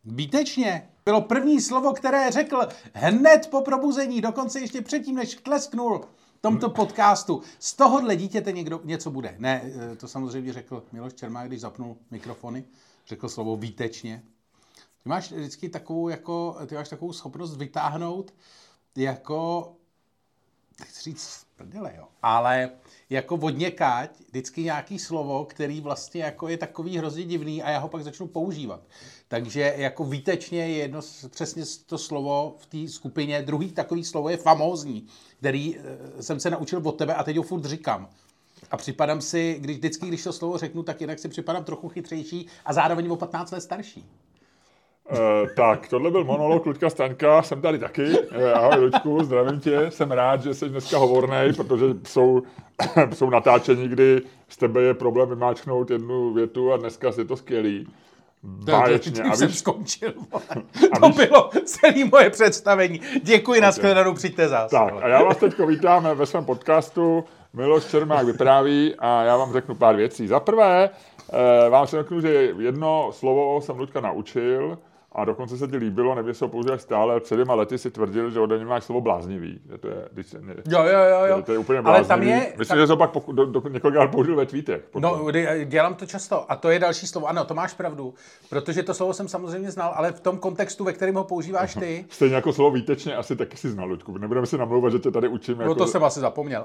Výtečně. Bylo první slovo, které řekl hned po probuzení, dokonce ještě předtím, než tlesknul tomto podcastu. Z tohohle dítěte něco bude. Ne, to samozřejmě řekl Miloš Čermák, když zapnul mikrofony. Řekl slovo výtečně. Ty máš vždycky takovou schopnost vytáhnout jako, chci říct prdele, jo, ale jako odněkať vždycky nějaký slovo, který vlastně jako je takový hrozně divný a já ho pak začnu používat. Takže jako výtečně je přesně to slovo v té skupině. Druhý takový slovo je famózní, který jsem se naučil od tebe a teď ho furt říkám. A připadám si, když to slovo řeknu, tak jinak si připadám trochu chytřejší a zároveň o 15 let starší. Tak, tohle byl monolog Luďka Staňka, jsem tady taky. Ahoj Luďku, zdravím tě, jsem rád, že jsi dneska hovornej, protože jsou natáčení, kdy z tebe je problém vymáčknout jednu větu a dneska je to skvělý. Báječně. Tím jsem skončil. To bylo celé moje představení. Děkuji, na shledanou, přijďte zás. Tak, a já vás teďko vítám ve svém podcastu. Miloš Čermák vypráví a já vám řeknu pár věcí. Za prvé, vám řeknu, že jedno slovo jsem Luďka naučil a dokonce se ti líbilo, nevím, jestli ho používáš stále, před 2 lety si tvrdil, že ode mě máš slovo bláznivý. Jo. To je úplně bláznivý. Myslím, že to pak několikrát použil ve tweetech. No, dělám to často a to je další slovo. Ano, to máš pravdu, protože to slovo jsem samozřejmě znal, ale v tom kontextu, ve kterém ho používáš ty. Stejně jako slovo výtečně asi taky si znal, Luďku. Nebudeme si namlouvat, že tě tady učím. No to jsem asi zapomněl,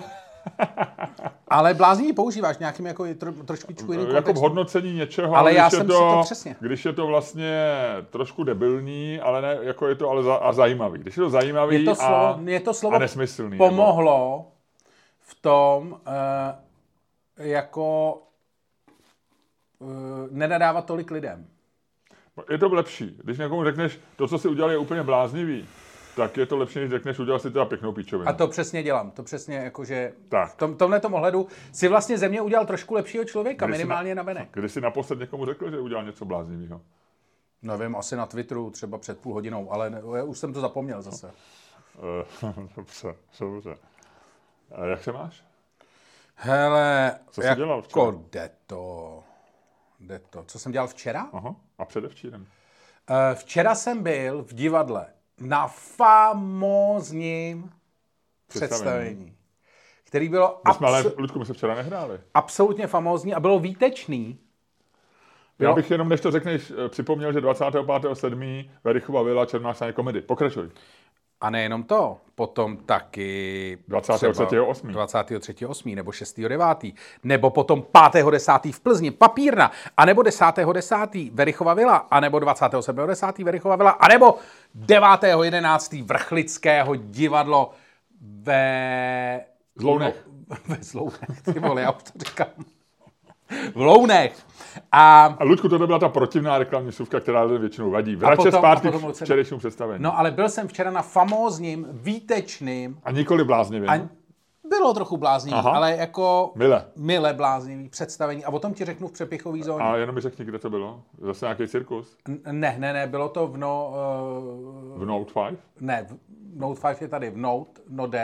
ale bláznivý používáš nějakým jako trošku jiným kontextu. Jako v hodnocení něčeho, ale já jsem si to přesně. Když je to vlastně trošku debilní, ale ne, jako je to ale zajímavý. Když je to zajímavý je to slovo a nesmyslný. Pomohlo v tom nenadávat tolik lidem. Je to lepší. Když někomu řekneš, to, co si udělal, je úplně bláznivý, tak je to lepší, než řekneš, udělal si teda pěknou píčovinu. A to přesně dělám. To přesně jakože v tomhletom ohledu si vlastně ze mě udělal trošku lepšího člověka, minimálně navenek. Když jsi naposled někomu řekl, že udělal něco bláznivého? Nevím, asi na Twitteru třeba před půl hodinou, ale už jsem to zapomněl zase. Dobře. A jak se máš? Hele, co jsi dělal včera? Jde to. Co jsem dělal včera? Aha. A předevčírem? Včera jsem byl v divadle na famózním představení, který bylo Luďku, my se včera nehráli. Absolutně famózní a bylo výtečný. Já bych jenom, než to řekneš, připomněl, že 25.7. Verichova vila Čermášské komedy. Pokračuj. A nejenom to, potom taky 23.8. nebo 6.9. nebo potom 5.10. v Plzni Papírna, anebo 10.10. Verichova vila, anebo 27.10. Verichova vila, anebo 9.11. Vrchlického divadlo ve Zlounech. Ve Zlounech, ty vole, já už to říkám. V Lounech. A Luďku, to byla ta protivná reklamní vsuvka, která většinou vadí. Vrať se zpátky k včerejšímu představení. No, ale byl jsem včera na famózním, výtečným. A nikoli bláznivým. Bylo trochu bláznivý, ale jako mile bláznivý představení. A o tom ti řeknu v přepichový zóně. A jenom mi řekni, kde to bylo? Zase nějaký cirkus? Ne, bylo to v Note 5? Ne, Note 5 je tady v Note.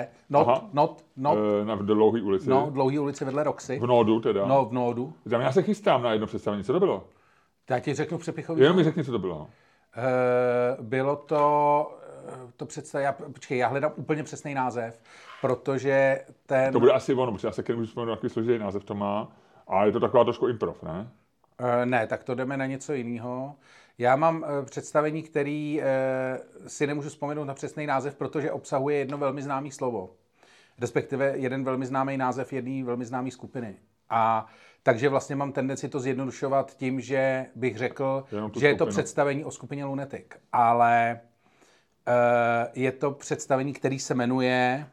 V Dlouhé ulici. No, v Dlouhé ulici vedle Roxy. V Nodu teda. No, v Nodu. Tam já se chystám na jedno představení. Co to bylo? Já ti řeknu v přepichový Jenom mi řekni, co to bylo. Bylo to představení, já hledám úplně přesný název, protože To bude asi ono, protože já se můžu vzpomenout, jaký složitý název to má. A je to taková trošku improv, ne? Ne, tak to jdeme na něco jiného. Já mám představení, který si nemůžu vzpomenout na přesný název, protože obsahuje jedno velmi známé slovo. Respektive jeden velmi známý název jedné velmi známé skupiny. A takže vlastně mám tendenci to zjednodušovat tím, že bych řekl, že je to představení o skupině Lunatic. Ale je to představení, který se jmenuje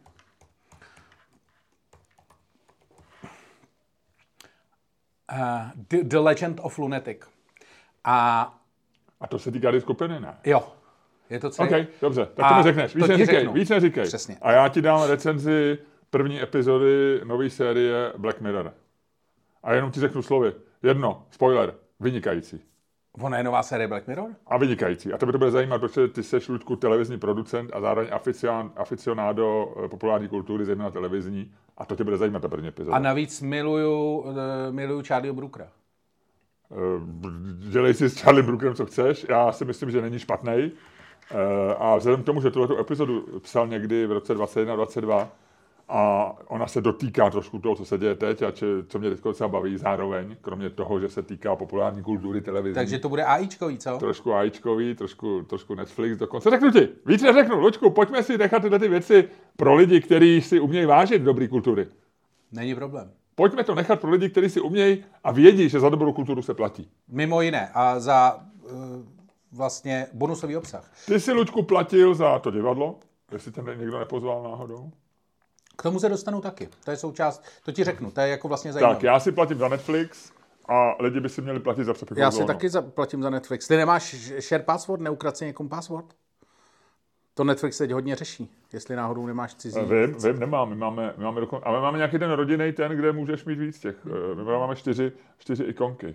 The Legend of Lunatic. A to se týká skupiny, ne? Jo. Je to celé. OK, dobře, tak to mi řekneš. Víc neříkej. Přesně. A já ti dám recenzi první epizody nové série Black Mirror. A jenom ti řeknu slovy. Jedno, spoiler, vynikající. Ona je nová série Black Mirror? A vynikající. A tebe to bude zajímat, protože ty seš, Luďku, televizní producent a zároveň aficionádo populární kultury, zejména televizní. A to tě bude zajímat ta první epizoda. A navíc miluju Charlieho Brookera. dělej si s Charlie Brookerem, co chceš. Já si myslím, že není špatnej. A vzhledem k tomu, že tuhletu epizodu psal někdy v roce 2021-2022 a ona se dotýká trošku toho, co se děje teď a co mě teď docela baví zároveň, kromě toho, že se týká populární kultury, televize. Takže to bude AIčkový, co? Trošku AIčkový, trošku Netflix dokonce. Řeknu ti, víc neřeknu, Lučku, pojďme si nechat tyhle ty věci pro lidi, kteří si umějí vážit dobrý kultury. Není problém. Pojďme to nechat pro lidi, kteří si umějí a vědí, že za dobrou kulturu se platí. Mimo jiné. A za vlastně bonusový obsah. Ty si, Lučku, platil za to divadlo, jestli tě někdo nepozval náhodou. K tomu se dostanu taky. To je součást, to ti řeknu, to je jako vlastně zajímavé. Tak, já si platím za Netflix a lidi by si měli platit za přepichovou Já zónu. si taky platím za Netflix. Ty nemáš share password, neukradl si někomu password? To Netflix teď hodně řeší, jestli náhodou nemáš cizí. Vím, nemám. My máme nějaký ten rodinný ten, kde můžeš mít víc těch. My máme čtyři ikonky.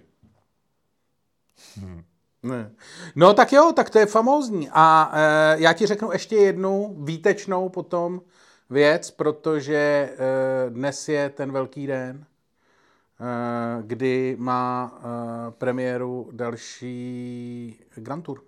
Ne. No tak jo, tak to je famózní. A já ti řeknu ještě jednu výtečnou potom věc, protože dnes je ten velký den, kdy má premiéru další Grand Tour.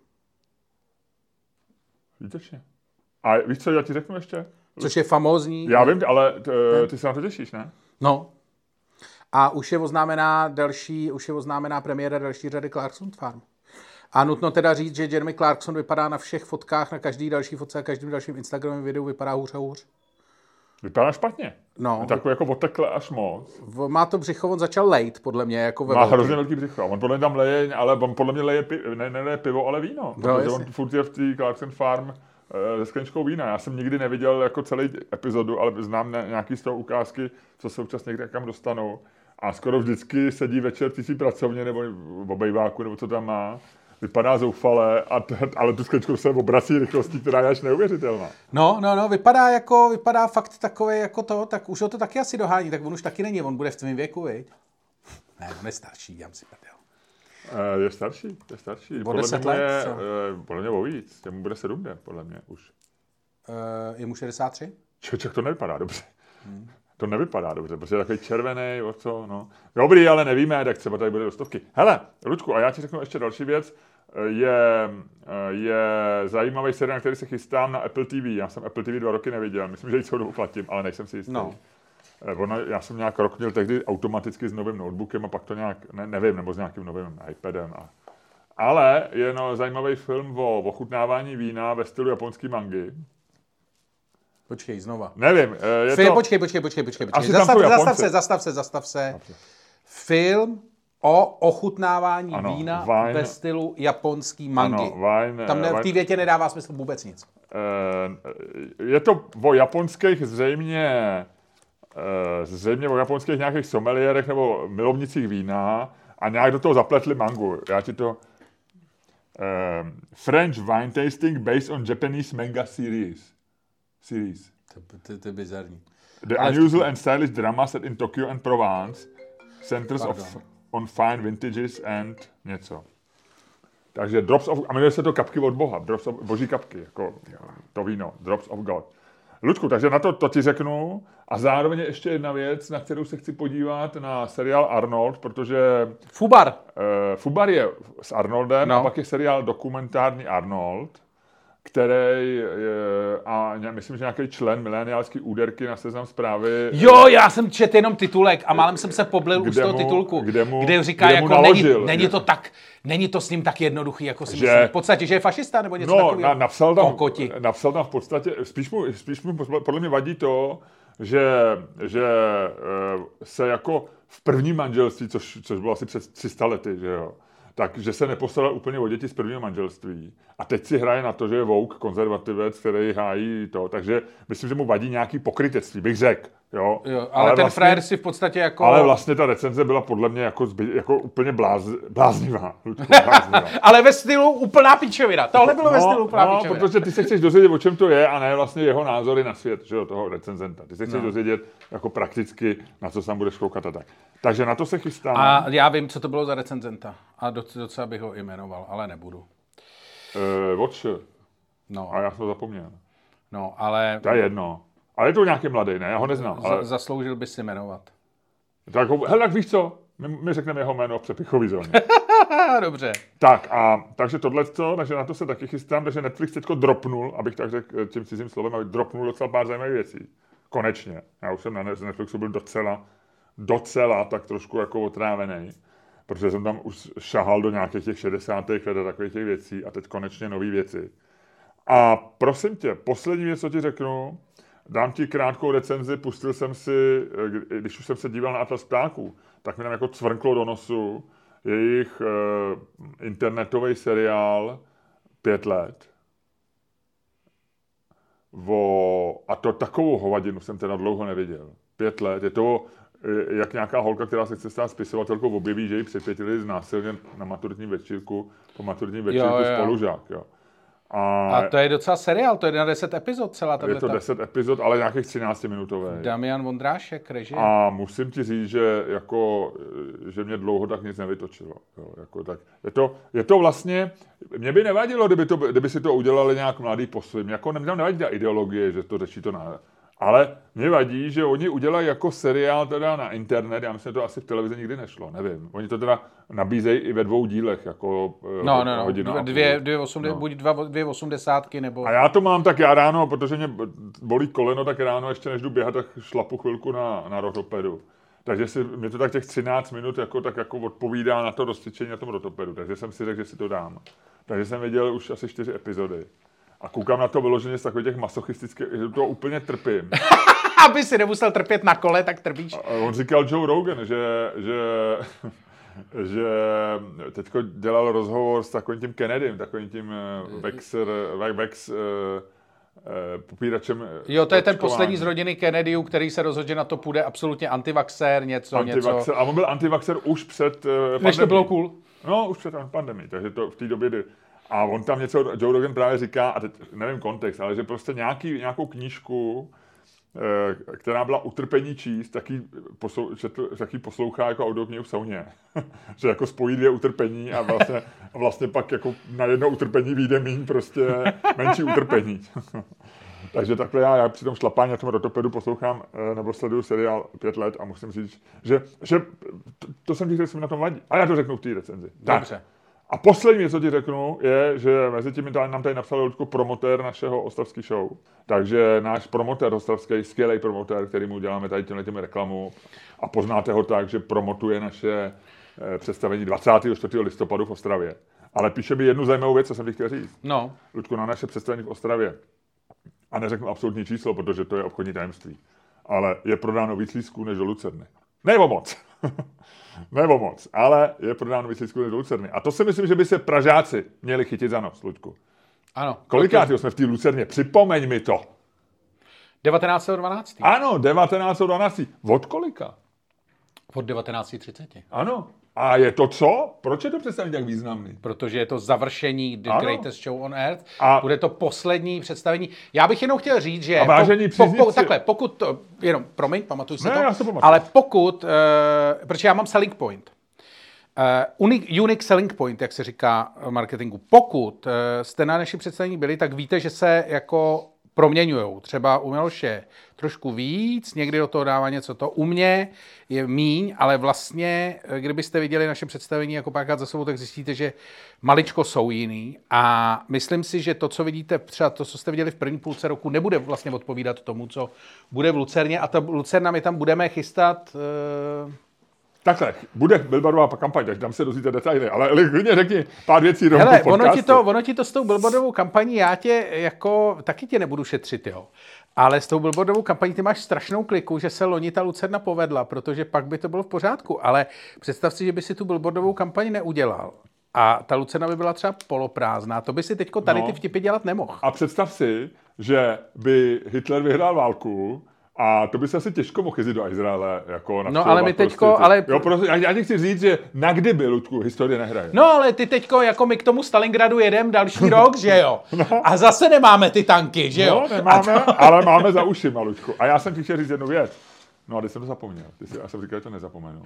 Výtečně. A víš co, já ti řeknu ještě? Což je famózní. Já vím, ale ty se na to těšíš, ne? No. A už je oznámená premiéra další řady Clarkson Farm. A nutno teda říct, že Jeremy Clarkson vypadá na všech fotkách, na každý další fotce a každým dalším Instagramovém videu vypadá hůř a hůř. Vypadá špatně. No. Takový jako otekle až moc. Má to břicho, on začal lejt, podle mě, jako ve Má velký. hrozně velký břicho. On podle mě tam leje, ale on podle mě leje neleje pivo, ale víno. No, protože on furt je v té Clarkson Farm se skleničkou vína. Já jsem nikdy neviděl jako celý epizodu, ale znám nějaký z toho ukázky, co se občas někde kam dostanou. A skoro vždycky sedí večer v té pracovně nebo v obejváku, nebo co tam má. Vypadá zoufale, ale tu skleničku se obrací rychlostí, která je až neuvěřitelná. No, vypadá fakt takové jako to, tak už ho to taky asi dohání, tak on už taky není, on bude v tvém věku, viď? Ne, on je starší, já si prdel. Je starší. O 10 let, podle mě o víc, mu bude 7 let, podle mě už. Je mu 63? Čoček, to nevypadá dobře. To nevypadá dobře, protože je takový červený, o co, no. Dobrý, ale nevíme, tak třeba tady bude do 100. Hele, Lučku, a já ti řeknu ještě další věc. Je zajímavý seriál, na který se chystám na Apple TV. Já jsem Apple TV 2 roky neviděl, myslím, že ji celou dobu platím, ale nejsem si jistý. No. Já jsem nějak rok měl tehdy automaticky s novým notebookem a pak to nějak, nevím, nebo s nějakým novým iPadem. Ale je zajímavý film o ochutnávání vína ve stylu japonský mangy. Počkej, znova. Nevím. Počkej. Zastav se. Film o ochutnávání vína ve stylu japonský mangy. Tam v té větě nedává smysl vůbec nic. Je to o japonských zřejmě o japonských nějakých sommeliérech nebo milovnicích vína a nějak do toho zapletli mangu. Já ti to... French wine tasting based on Japanese manga series. To je bizarní. The unusual and stylish drama set in Tokyo and Provence. Centers on fine vintages and něco. Takže a jmenuje se to kapky od Boha. Boží kapky, jako to víno. Drops of God. Lučku, takže na to ti řeknu. A zároveň ještě jedna věc, na kterou se chci podívat, na seriál Arnold, protože... Fubar. Fubar je s Arnoldem, a pak je seriál dokumentární Arnold, který a myslím, že nějaký člen mileniálské úderky na Seznam Zprávy. Jo, já jsem četl jenom titulek a málem jsem se poblil už z toho titulku, kde říká, jako není to s ním tak jednoduchý, jako si myslím. V podstatě, že je fašista nebo něco takového. Napsal tam v podstatě, spíš mu podle mě vadí to, že se jako v prvním manželství, což bylo asi před 300 lety, že jo, takže se nepostaral úplně o děti z prvního manželství. A teď si hraje na to, že je woke konzervativec, který hájí to. Takže myslím, že mu vadí nějaký pokrytectví, bych řekl. Jo, ale ten vlastně, frajer si v podstatě jako... Ale vlastně ta recenze byla podle mě jako úplně bláznivá. Ale ve stylu úplná píčovina. Tohle bylo ve stylu úplná píčovina. Protože ty se chceš dozvědět, o čem to je, a ne vlastně jeho názory na svět, že jo, toho recenzenta. Ty se chceš dozvědět jako prakticky, na co sám budeš koukat a tak. Takže na to se chystám. A já vím, co to bylo za recenzenta. A docela bych ho jmenoval, ale nebudu. Watcher. No. A já jsem to zapomněl. No, ale... To je jedno. Ale je to nějaký mladý, ne? Já ho neznám. Zasloužil by si jmenovat. Tak, hele, tak víš co? My řekneme jeho jméno v přepichový zóně. Dobře. Tak a takže tohleto, takže na to se taky chystám, takže Netflix teďko dropnul, abych tak řekl tím cizím slovem, aby dropnul docela pár zajímavých věcí. Konečně. Já už jsem na Netflixu byl docela tak trošku jako otrávený, protože jsem tam už šahal do nějakých těch 60. let a takových těch věcí a teď konečně nový věci. A prosím tě, poslední věc, co ti řeknu, dám ti krátkou recenzi, pustil jsem si, když už jsem se díval na Atlas ptáků, tak mi tam jako cvrnklo do nosu jejich internetový seriál 5 let. A to takovou hovadinu jsem teda dlouho neviděl. 5 let. Je to jak nějaká holka, která se chce stát spisovatelkou, objeví, že ji před 5 lety znásilněn na maturitním večírku, po maturitním večírku spolužák. Jo. A to je docela seriál, to je na 10 epizod celá tato. Je to 10 epizod, ale nějakých 13-minutové. Damian Vondrášek, režie. A musím ti říct, že mě dlouho tak nic nevytočilo. Jo, jako tak. Je to vlastně, mě by nevadilo, kdyby si to udělali nějak mladý po svým. Jako nevadí ta ideologie, že to řeší to na... Ale mě vadí, že oni udělají jako seriál teda na internet, já myslím, že to asi v televizi nikdy nešlo, nevím. Oni to teda nabízejí i ve 2 dílech, jako hodina. Buď 2,80 nebo... A já to mám tak já ráno, protože mě bolí koleno, tak ráno ještě než jdu běhat, tak šlapu chvilku na rotopedu. Takže mě to tak těch 13 minut tak jako odpovídá na to rozcvičení na tom rotopedu, takže jsem si řekl, že si to dám. Takže jsem viděl už asi 4 epizody. A koukám na to vyloženě z takových těch masochistických, že to úplně trpím. Aby si nemusel trpět na kole, tak trpíš. A on říkal Joe Rogan, že teďko dělal rozhovor s takovým tím Kennedym, takovým tím popíračem. Jo, to je ten poslední z rodiny Kennedyů, který se rozhodl, že na to půjde absolutně antivaxér, něco. A on byl antivaxér už před pandemií. Než to bylo cool. No, už před pandemií, takže to v té době... A on tam něco, Joe Rogan právě říká, a teď nevím kontext, ale že prostě nějakou knížku, která byla utrpení číst, taky poslouchá jako audioknihu v sauně. Že jako spojí 2 utrpení a vlastně pak jako na jedno utrpení vyjde menší utrpení. Takže takhle já při tom šlapání na tom rotopedu poslouchám nebo sleduju seriál 5 let a musím říct, že to jsem říkal, že mi na tom vadí. A já to řeknu v té recenzi. Dobře. A poslední věc, co ti řeknu, je, že mezi tím nám tady napsal Ludku promotér našeho ostravský show. Takže náš promotér ostravský, skvělý promotér, který mu děláme tady těmi reklamu a poznáte ho tak, že promotuje naše představení 24. listopadu v Ostravě. Ale píše mi jednu zajímavou věc, co jsem ti chtěl říct. No. Ludku, na naše představení v Ostravě. A neřeknu absolutní číslo, protože to je obchodní tajemství. Ale je prodáno víc lístků než do Lucerny. Nebo moc, ale je prodáno víc lístků než do Lucerny. A to si myslím, že by se Pražáci měli chytit za nos, Luďku. Ano. Kolikátýho jsme v té Lucerně? Připomeň mi to. 1912. Ano, 1912. Od kolika? Od 1930. Ano. A je to co? Proč je to představení tak významný? Protože je to završení The Greatest Show on Earth. A bude to poslední představení. Já bych jenom chtěl říct, že... pokud to... Jenom, promiň, pamatuj si to. Já to ale pokud... protože já mám selling point. Unique selling point, jak se říká v marketingu. Pokud jste na naši představení byli, tak víte, že se jako proměňujou. Třeba u Miloše trošku víc, někdy do toho dává něco to. U mě je míň, ale vlastně, kdybyste viděli naše představení jako párkrát za sebou, tak zjistíte, že maličko jsou jiný. A myslím si, že to, co vidíte, třeba to, co jste viděli v první půlce roku, nebude vlastně odpovídat tomu, co bude v Lucerně. A ta Lucerna my tam budeme chystat... Takhle, bude billboardová kampaň, takže tam se dozvíte detaily, ale klidně řekni pár věcí rovnou v podcastu. Ono ti to s tou billboardovou kampaní, já tě jako, taky tě nebudu šetřit, jo. Ale s tou billboardovou kampaní ty máš strašnou kliku, že se loni ta Lucerna povedla, protože pak by to bylo v pořádku, ale představ si, že by si tu billboardovou kampaň neudělal. A ta Lucerna by byla třeba poloprázdná, to by si teďko tady ty vtipy dělat nemohl. A představ si, že by Hitler vyhrál válku, a to by se asi těžko mohl jezdit do Izraele. Jako no ale my teďko... Já ti chci říct, že na kdyby, Ludku, historie nehraje. No ale ty teďko, jako my k tomu Stalingradu jedeme další rok, že jo? No. A zase nemáme ty tanky, že jo? No, nemáme, ale máme za ušima, Ludku. A já jsem ti chtěl říct jednu věc. No a teď jsem to zapomněl. Já jsem říkal, že to nezapomenu.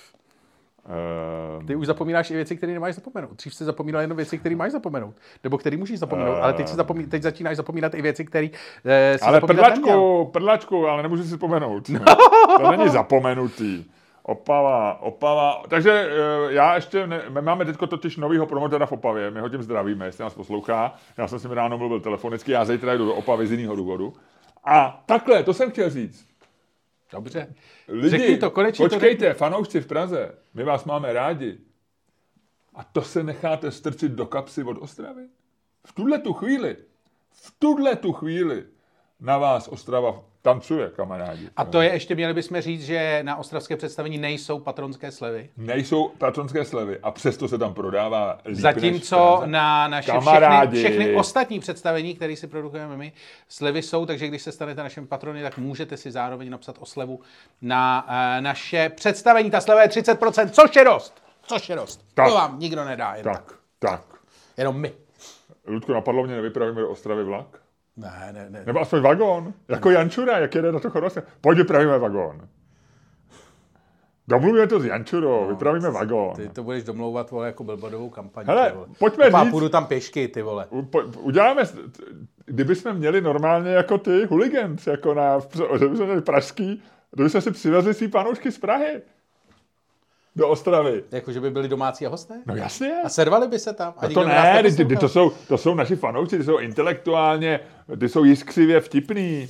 Ty už zapomínáš i věci, které nemáš zapomenout. Dřív jsi zapomínal jenom věci, které máš zapomenout. Nebo které můžeš zapomenout. Ale teď začínáš zapomínat i věci, které si ale prdlačku, ale nemůžu si vzpomenout. To není zapomenutý. Opava. Takže já ještě, my máme teďko totiž novýho promotora v Opavě, my ho tím zdravíme, jestli nás poslouchá. Já jsem s ním ráno mluvil telefonicky, já zítra jdu do Opavy z jiného důvodu. A takhle, to jsem chtěl říct. Dobře. Lidi, počkejte, fanoušci v Praze, my vás máme rádi. A to se necháte strčit do kapsy od Ostravy? V tuhle tu chvíli na vás Ostrava tancuje, kamarádi. A to je ještě, měli bychom říct, že na ostravské představení nejsou patronské slevy. Nejsou patronské slevy a přesto se tam prodává líp. Zatímco na naše všechny ostatní představení, které si produkujeme my, slevy jsou, takže když se stanete našimi patrony, tak můžete si zároveň napsat o slevu na naše představení. Ta sleva je 30%, což je dost. Tak. To vám nikdo nedá jen tak. Jenom my. Ludku, napadlo mě, nevypravíme do Ostravy vlak? Ne. Nebo aspoň vagón. Jako Jančura, jak jede na to Chorvatsko. Pojď, vypravíme vagón. Domluvíme to s Jančurou, vypravíme vagón. Ty to budeš domlouvat, vole, jako billboardovou kampaň. Hele, pojďme říct. Půjdu tam pěšky, ty vole. Uděláme, kdybychom měli normálně jako ty hooligans, jako že bychom měli pražský, kdybychom si přivezli svý panoušky z Prahy. Do Ostravy. Jako, že by byli domácí a hosté? No jasně. A servali by se tam? A to ne, to jsou naši fanoušci, ty jsou intelektuálně, ty jsou jiskřivě vtipný.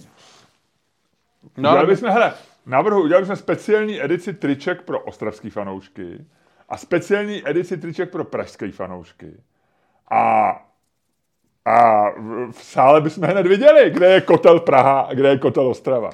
Udělali jsme speciální edici triček pro ostravský fanoušky a speciální edici triček pro pražský fanoušky. A v sále bychom hned viděli, kde je kotel Praha a kde je kotel Ostrava.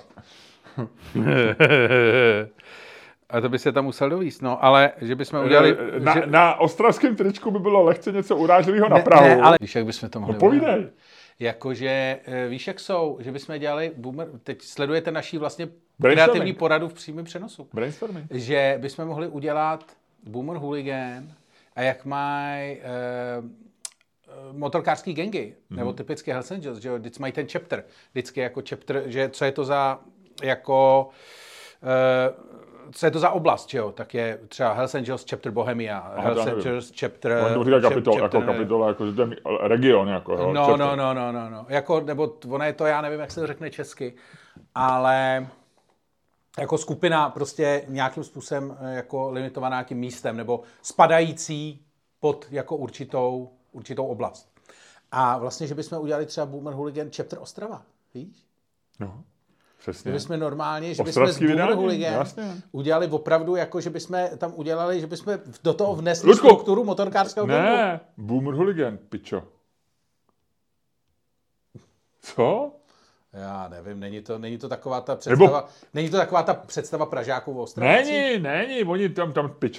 A to by se tam musel dovíst, no, ale že bychom udělali... Na ostravském tričku by bylo lehce něco urážlivého na Prahu. Ne, ale víš, jak bychom to mohli povídej. Jakože, víš, jak jsou, že bychom dělali boomer, teď sledujete naší vlastně kreativní poradu v přímém přenosu. Brainstorming. Že bychom mohli udělat Boomer Hooligan a jak mají motorkářský gangy, nebo typické Hells Angels, že jo, vždycky mají ten chapter, vždycky jako chapter, že co je to za, jako... co je to za oblast, že jo? Tak je třeba Hells Angels Chapter Bohemia, Hells Angels Chapter... On říká kapitola, jako že to je region, jako, jo? No. Jako, nebo ono je to, já nevím, jak se to řekne česky, ale jako skupina prostě nějakým způsobem jako limitovaná tím místem, nebo spadající pod jako určitou oblast. A vlastně, že bychom udělali třeba Boomer Hooligan Chapter Ostrava, víš? No. Přesně. Že bychom normálně, že bychom z Boomer Hooligan udělali opravdu, jako že bychom tam udělali, že bychom do toho vnesli strukturu motorkářského gangu. Ne, Boomer Hooligan, pičo. Co? Já nevím, není to taková ta představa, není to taková ta představa Pražáků v Ostravci? Není, oni tam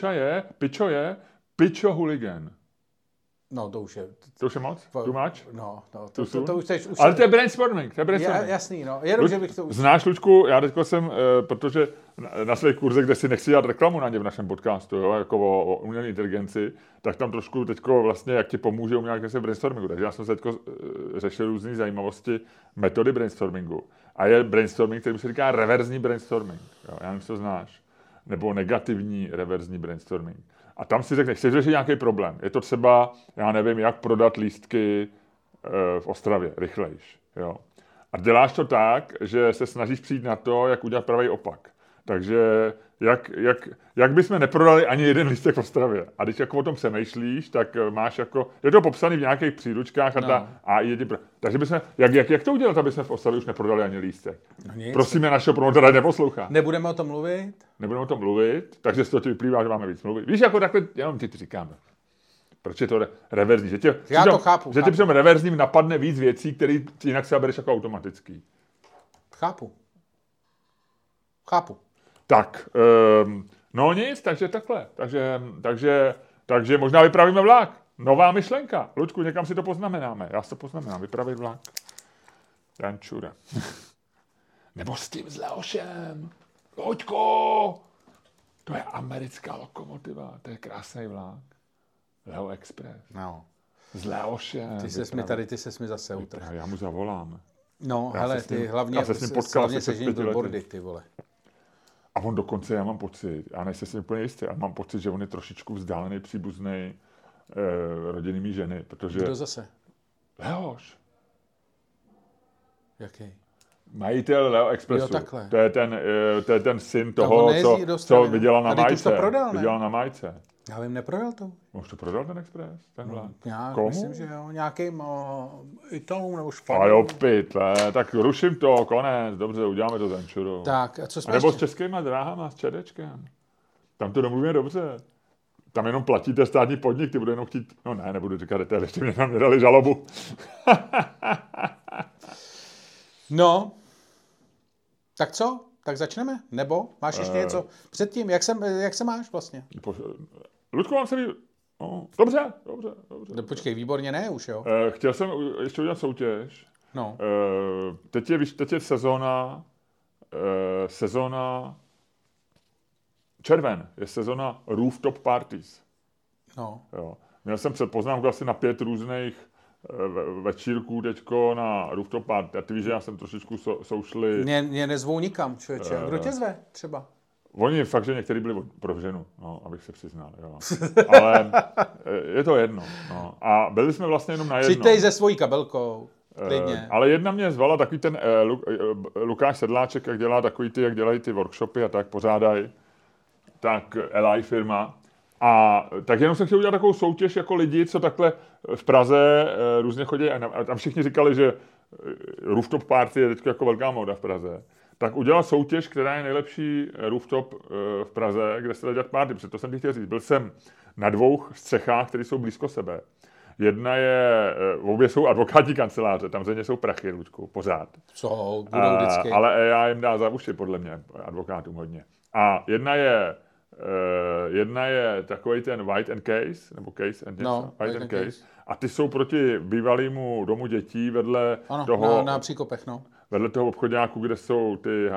pičo Hooligan. No, to už je moc? Too much? No, to už teď... Ale to je brainstorming, Jasný, no. Jenom, že bych to už... Znáš, Lučku, já teďko jsem, protože na svých kurzech, kde si nechci dělat reklamu na ně v našem podcastu, jo, jako o umělé inteligenci, tak tam trošku teďko vlastně, jak ti pomůže umělá brainstormingu. Takže já jsem se teďko řešil různé zajímavosti metody brainstormingu. A je brainstorming, který se říká reverzní brainstorming. Jo, já nevím, co znáš. Nebo negativní reverzní brainstorming. A tam si řekneš, chceš řešit nějaký problém. Je to třeba, já nevím, jak prodat lístky v Ostravě rychlejš. Jo. A děláš to tak, že se snažíš přijít na to, jak udělat pravý opak. Takže jak bychom neprodali ani jeden lístek v Ostravě. A když jako o tom přemýšlíš, tak máš jako, je to popsaný v nějakých příručkách a ta AI je takže bychom, jak to udělat, aby jsme v Ostravě už neprodali ani lístek? No prosíme, našeho promotora neposlouchá. Nebudeme o tom mluvit. Takže z toho ti vyplývá, že máme víc mluvit. Víš, jako takhle, jenom ti říkáme. Proč je to reverzní? Já to chápu. Že ti při tom reverzním napadne víc věcí, které jinak se bereš jako automatický. Chápu. Tak, no nic, takže takhle. Takže možná vypravíme vlak. Nová myšlenka. Luďku, někam si to poznamenáme. Já si to poznamenám. Vypravit vlak. Jančura. Nebo s tím s Leošem. Luďko! To je americká lokomotiva. To je krásný vlak. Leo Express. No. S Leošem. Ty ses mi zase utrhl. Já mu zavolám. No, hele, ty hlavně sežení billboardy, ty vole. A on dokonce, já mám pocit, já nejsem si úplně jistý, ale mám pocit, že on je trošičku vzdálený příbuzný rodinnými ženy, protože... Kdo zase? Leoš. Jaký? Majitel Leo Expressu. Jo, takhle. To je ten syn toho, co vydělal na Majce. Vydělal na Majce. Já vím, neprodal to. Už to prodal ten Express? Já komu? myslím, že jo. Nějakým Italům nebo A Španělům. jo, pytle. Tak ruším to, konec. Dobře, uděláme to Venčuru. Tak, a co jsme nebo ještě? s českýma dráhama, s ČDčkem. Tam to domluvíme dobře. Tam jenom platíte státní podnik, ty budou jenom chtít... No ne, nebudu říkat detail, ještě mě tam dali žalobu. No, tak co? Tak začneme? Nebo máš ještě něco předtím? Jak se máš vlastně? Ludku, mám se no, dobře. No, počkej, výborně ne už, jo? Chtěl jsem ještě udělat soutěž. No. Teď je sezóna červen, je sezóna rooftop parties. No. Jo. Měl jsem poznámku asi na 5 různých večírků teďko na rooftop party. A ty víš, že já jsem trošičku soušli... Mě nezvou nikam, člověče. Kdo tě zve třeba? Oni fakt, že některý byli pro ženu, no, abych se přiznal. Jo. Ale je to jedno. No. A byli jsme vlastně jenom na jedno. Přijďte se svojí kabelkou. Klidně. Ale jedna mě zvala, takový ten Lukáš Sedláček, jak dělají ty workshopy a tak pořádají. Tak LI firma. A tak jenom jsem chtěl udělat takovou soutěž jako lidi, co takhle v Praze různě chodí. A tam všichni říkali, že rooftop party je teď jako velká móda v Praze. Tak udělat soutěž, která je nejlepší rooftop v Praze, kde se dá dělat party. Protože to jsem ti chtěl říct. Byl jsem na 2 střechách, které jsou blízko sebe. Jedna je, obě jsou advokátní kanceláře, tam ze ně jsou prachy, Ludku, pořád. Co, budou vždycky. Ale já jim dá za uši, podle mě, advokátům hodně. A jedna je takový ten White and Case, nebo Case and no, White and Case. A ty jsou proti bývalému domu dětí vedle toho... na Příkopech, no. Vedle toho obchodňáku, kde jsou ty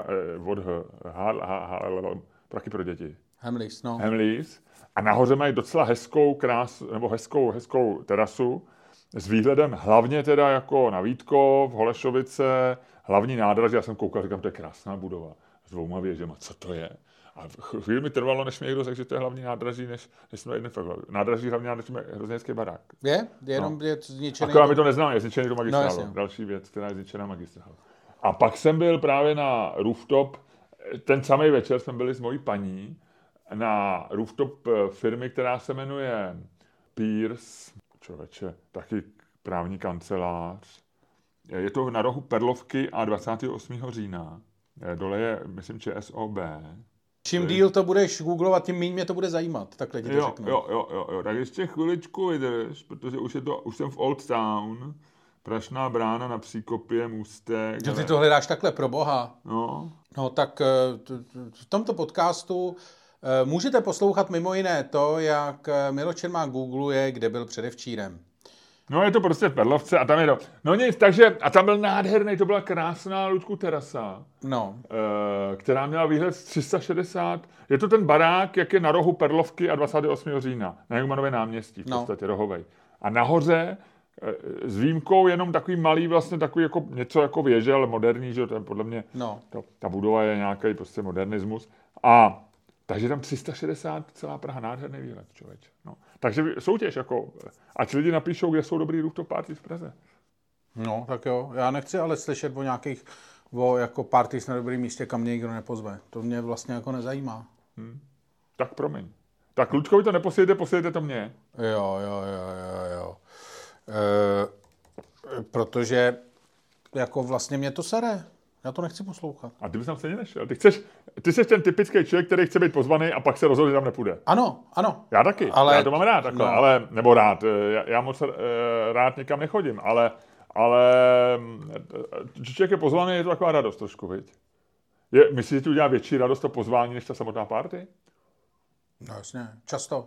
prachy pro děti. Hamleys, no. Hamleys. A nahoře mají docela hezkou terasu s výhledem hlavně teda jako na Vítkov, Holešovice, hlavní nádraží. Já jsem koukal, říkám, to je krásná budova s 2 věžema, co to je? A chvíli mi trvalo, než mi někdo řekl, že to je hlavní nádraží, než jsme nádraží, hlavní nádraží je hrozně hezký barák. Je jenom je zničený. Akorát mi to neznám, je zničený do magistrálu. No, další věc, která je zničená magistrálu. A pak jsem byl právě na rooftop, ten samý večer jsme byli s mojí paní, na rooftop firmy, která se jmenuje Pierce, člověče, taky právní kancelář. Je to na rohu Perlovky a 28. října. Dole je, myslím, ČSOB. Čím díl to budeš googlovat, tím méně mě to bude zajímat. Takhle ti to řeknu. Jo. Tak ještě chviličku vydrž, protože už jsem v Old Town. Prašná brána na Příkopě, můstek. Že ty to hledáš takhle, pro boha. No tak v tomto podcastu můžete poslouchat mimo jiné to, jak Miloš Čermák googluje, kde byl předevčírem. No je to prostě v Perlovce a tam je to. No nic, takže, a tam byl nádherný, to byla krásná, Ludku, terasa. No. Která měla výhled z 360. Je to ten barák, jak je na rohu Perlovky a 28. října. Na Humanově náměstí, v podstatě rohovej. A nahoře s výjimkou jenom takový malý, vlastně takový jako něco jako věže, ale moderní, že to je podle mě, ta budova je nějaký prostě modernismus. A takže tam 360, celá Praha, nádherný výhled, člověče. No. Takže soutěž, jako, ať lidi napíšou, kde jsou dobrý rooftop party v Praze. No, tak jo, já nechci ale slyšet o nějakých, jako parties na dobrém místě, kam mě nikdo nepozve. To mě vlastně jako nezajímá. Tak promiň. Tak Lučkovi to neposílejte to mně. Jo. Protože jako vlastně mě to sere. Já to nechci poslouchat. A ty bys tam stejně nešel. Ty jsi ten typický člověk, který chce být pozvaný a pak se rozhodne, že tam nepůjde. Ano. Já taky. Ale, já to mám rád takhle, nebo rád. Já moc rád někam nechodím, ale člověk je pozvaný, je to taková radost trošku, viď? Myslíš, že ti udělá větší radost to pozvání, než ta samotná party? No jasně, často.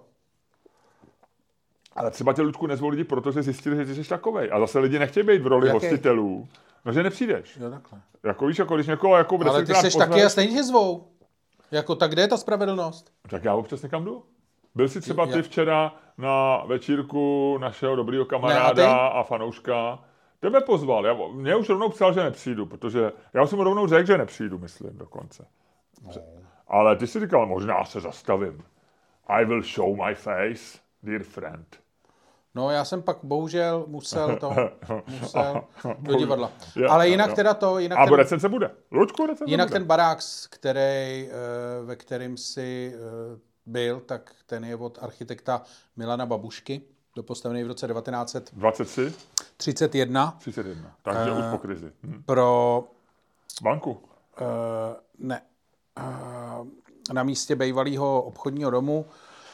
Ale třeba tě, Ludku, nezvou lidi, protože zjistili, že jsi takovej. A zase lidi nechtějí být v roli hostitelů. No, že nepřijdeš. Jo, takhle. Jako víš, jako když někoho jako ale ty jsi taky a stejně zvou. Jako, tak kde je ta spravedlnost? Tak já občas někam jdu. Byl jsi třeba ty včera na večírku našeho dobrýho kamaráda a fanouška. Tebe pozval. Mě už rovnou psal, že nepřijdu, protože já jsem mu rovnou řekl, že nepřijdu, myslím, dokonce. No. Ale ty jsi říkal, možná se zastavím. I will show my face, dear friend. No, já jsem pak bohužel musel do divadla. Ale jinak teda to... A recenze bude. Luďku, recenze jinak bude. Ten barák, ve kterém si byl, tak ten je od architekta Milana Babušky, postavený v roce 1931. 31. Takže už po krizi. Pro... Banku? Ne. Na místě bývalého obchodního domu.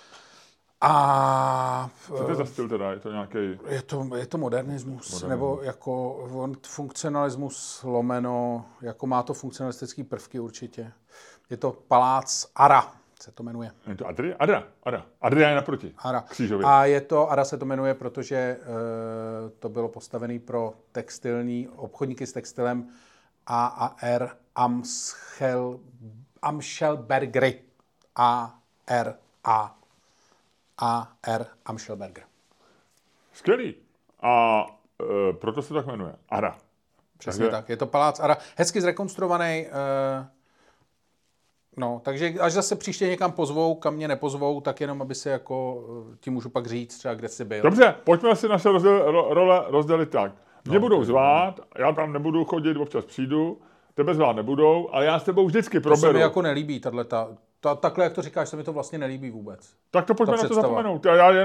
A... Co to je za styl teda? Je to nějaký... Je to modernismus. Nebo jako funkcionalismus lomeno, jako má to funkcionalistický prvky určitě. Je to palác Ara, se to jmenuje. Je to Adra. Adria je naproti. Ara. Křížově. A Ara se to jmenuje, protože to bylo postavené pro obchodníky s textilem AR Amschelbergery. AR Amschelberger. Skvělý. A proto se tak jmenuje. Ara. Přesně tak. Je to palác Ara. Hezky zrekonstruovaný. No, takže až zase příště někam pozvou, kam mě nepozvou, tak jenom, aby se jako ti můžu pak říct třeba, kde jsi byl. Dobře, pojďme si naše role rozdělit tak. Mě budou zvát, já tam nebudu chodit, občas přijdu, tebe zvát nebudou, ale já s tebou vždycky proberu. To se mi jako nelíbí, takhle, jak to říkáš, se mi to vlastně nelíbí vůbec. Tak to pojďme na to zapomenout.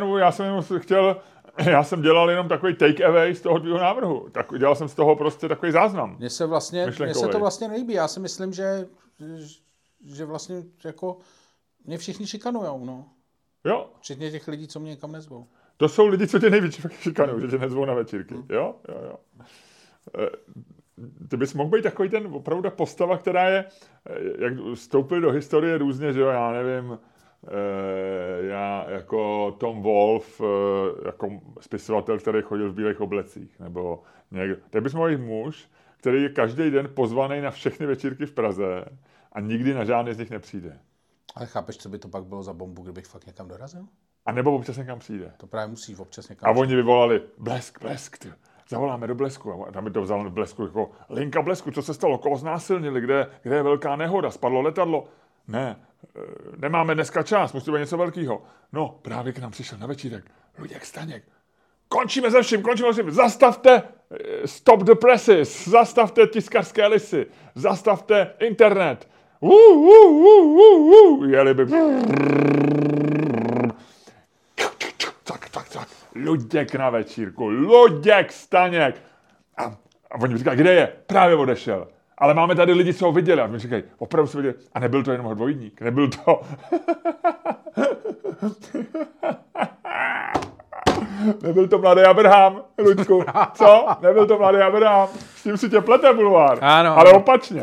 Já jsem dělal jenom takový take away z toho tvýho návrhu. Tak dělal jsem z toho prostě takový záznam. Mně se to vlastně nelíbí. Já si myslím, že vlastně jako mě všichni šikanujou, no. Jo. Včetně těch lidí, co mě někam nezvou. To jsou lidi, co tě nejvíc šikanují, že tě nezvou na večírky. Jo. Ty bys mohl být takový ten opravdu postava, která je, jak vstoupil do historie různě, že jo, já nevím, já jako Tom Wolfe, jako spisovatel, který chodil v bílých oblecích, nebo někdo. Tak bys mohl být muž, který je každý den pozvaný na všechny večírky v Praze a nikdy na žádný z nich nepřijde. Ale chápeš, co by to pak bylo za bombu, kdybych fakt někam dorazil? A nebo občas někam přijde. To právě musí občas někam. A oni vyvolali blesk, ty. Zavoláme do Blesku. A tam by to vzal do Blesku jako linka Blesku, co se stalo, koho znásilnili, kde je velká nehoda, spadlo letadlo. Ne, nemáme dneska čas, musí být něco velkého. No, právě k nám přišel na večírek Luděk Staněk. Končíme se vším, zastavte stop the presses, zastavte tiskařské lisy, zastavte internet. Jeli by... Tak. Luděk na večírku, Luděk Staněk. A oni říkají, kde je? Právě odešel. Ale máme tady lidi, co ho viděli. A mi říkají, opravdu se viděli. A nebyl to jenom dvojník, nebyl to... Nebyl to mladý Abraham, Luďku. Co? Nebyl to mladý Abraham. S tím si tě plete bulvár. Ano. Ale opačně.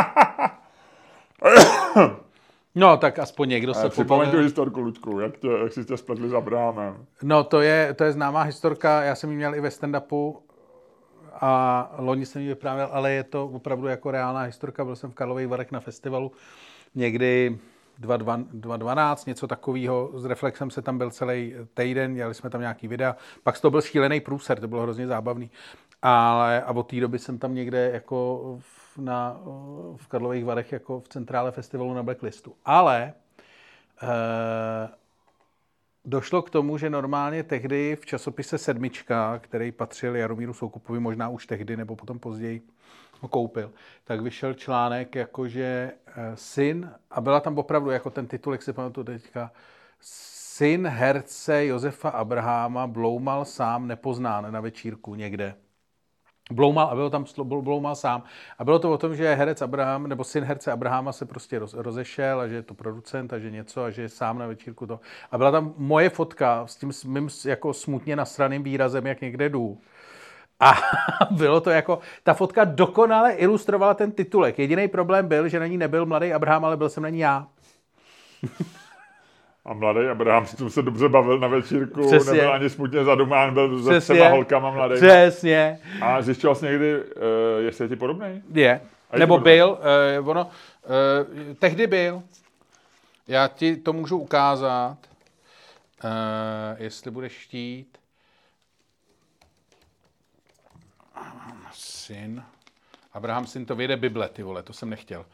No, tak aspoň někdo se připomeň tu historku, Luďku, jak si tě spletli s Abrahamem. No, to je známá historka, já jsem ji měl i ve stand-upu a loni jsem ji vyprávěl, ale je to opravdu jako reálná historka. Byl jsem v Karlových Varech na festivalu někdy 2012, něco takového. S Reflexem se tam byl celý týden, dělali jsme tam nějaký videa. Pak to byl šílený průser, to bylo hrozně zábavný. A od té doby jsem tam někde jako v Karlových Varech jako v centrále festivalu na Blacklistu. Ale došlo k tomu, že normálně tehdy v časopise Sedmička, který patřil Jaromíru Soukupovi, možná už tehdy nebo potom později ho koupil, tak vyšel článek jakože syn, a byla tam opravdu jako ten titulek, si pamatuju teďka, syn herce Josefa Abraháma bloumal sám nepoznán na večírku někde. Bloumal a bylo tam bloumal sám. A bylo to o tom, že herec Abraham, nebo syn herce Abraháma se prostě rozešel a že je to producent a že něco a že je sám na večírku to. A byla tam moje fotka s tím mým jako smutně nasraným výrazem, jak někde jdu. A bylo to jako, ta fotka dokonale ilustrovala ten titulek. Jediný problém byl, že na ní nebyl mladý Abraham, ale byl jsem na ní já. A mladý Abraham si se dobře bavil na večírku, Přesně. Nebyl ani smutně zadumán, byl se třema holkama mladý. Přesně. A zjistil jsi někdy, jestli je ti podobnej? Je. Nebo byl. Tehdy byl. Já ti to můžu ukázat, jestli budeš chtít. Syn. Abraham syn, to vyjde Bible, ty vole, to jsem nechtěl.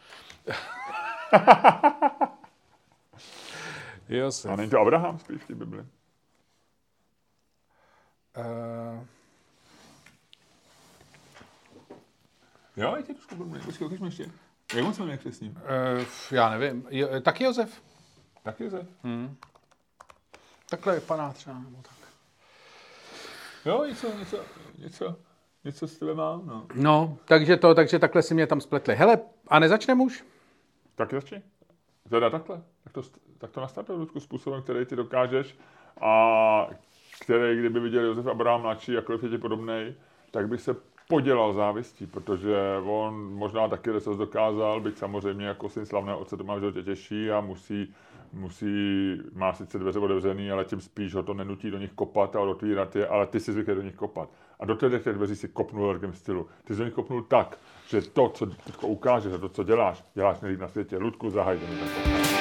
A není to Abraham spíš v té Bibli? Jo, je tě trošku podobný. Počkej, ukaž mi ještě. Jak on se jmenuje křestním? Já nevím. Taky Josef. Tak Josef. Takhle vypadá třeba, nebo tak. Jo, něco s tebe mám, no. No, takže takhle si mě tam spletli. Hele, a nezačneme už? Tak začni. Teda takhle. Tak to nastartuj, Ludku, způsobem, který ty dokážeš a který, kdyby viděl Josef Abraham mladší, jakkoliv je ti podobnej, tak by se podělal závistí, protože on možná taky něco dokázal, byť samozřejmě jako syn slavného otce to má v životě těžší a má sice dveře otevřený, ale tím spíš ho to nenutí do nich kopat a otvírat je, ale ty si zvyklý do nich kopat. A do těch dveří si kopnul v takém stylu. Ty jsi do nich kopnul tak, že to, co teďko ukážeš a to, co děláš nejlíp na světě. Ludku, zahajte mi ten podcast.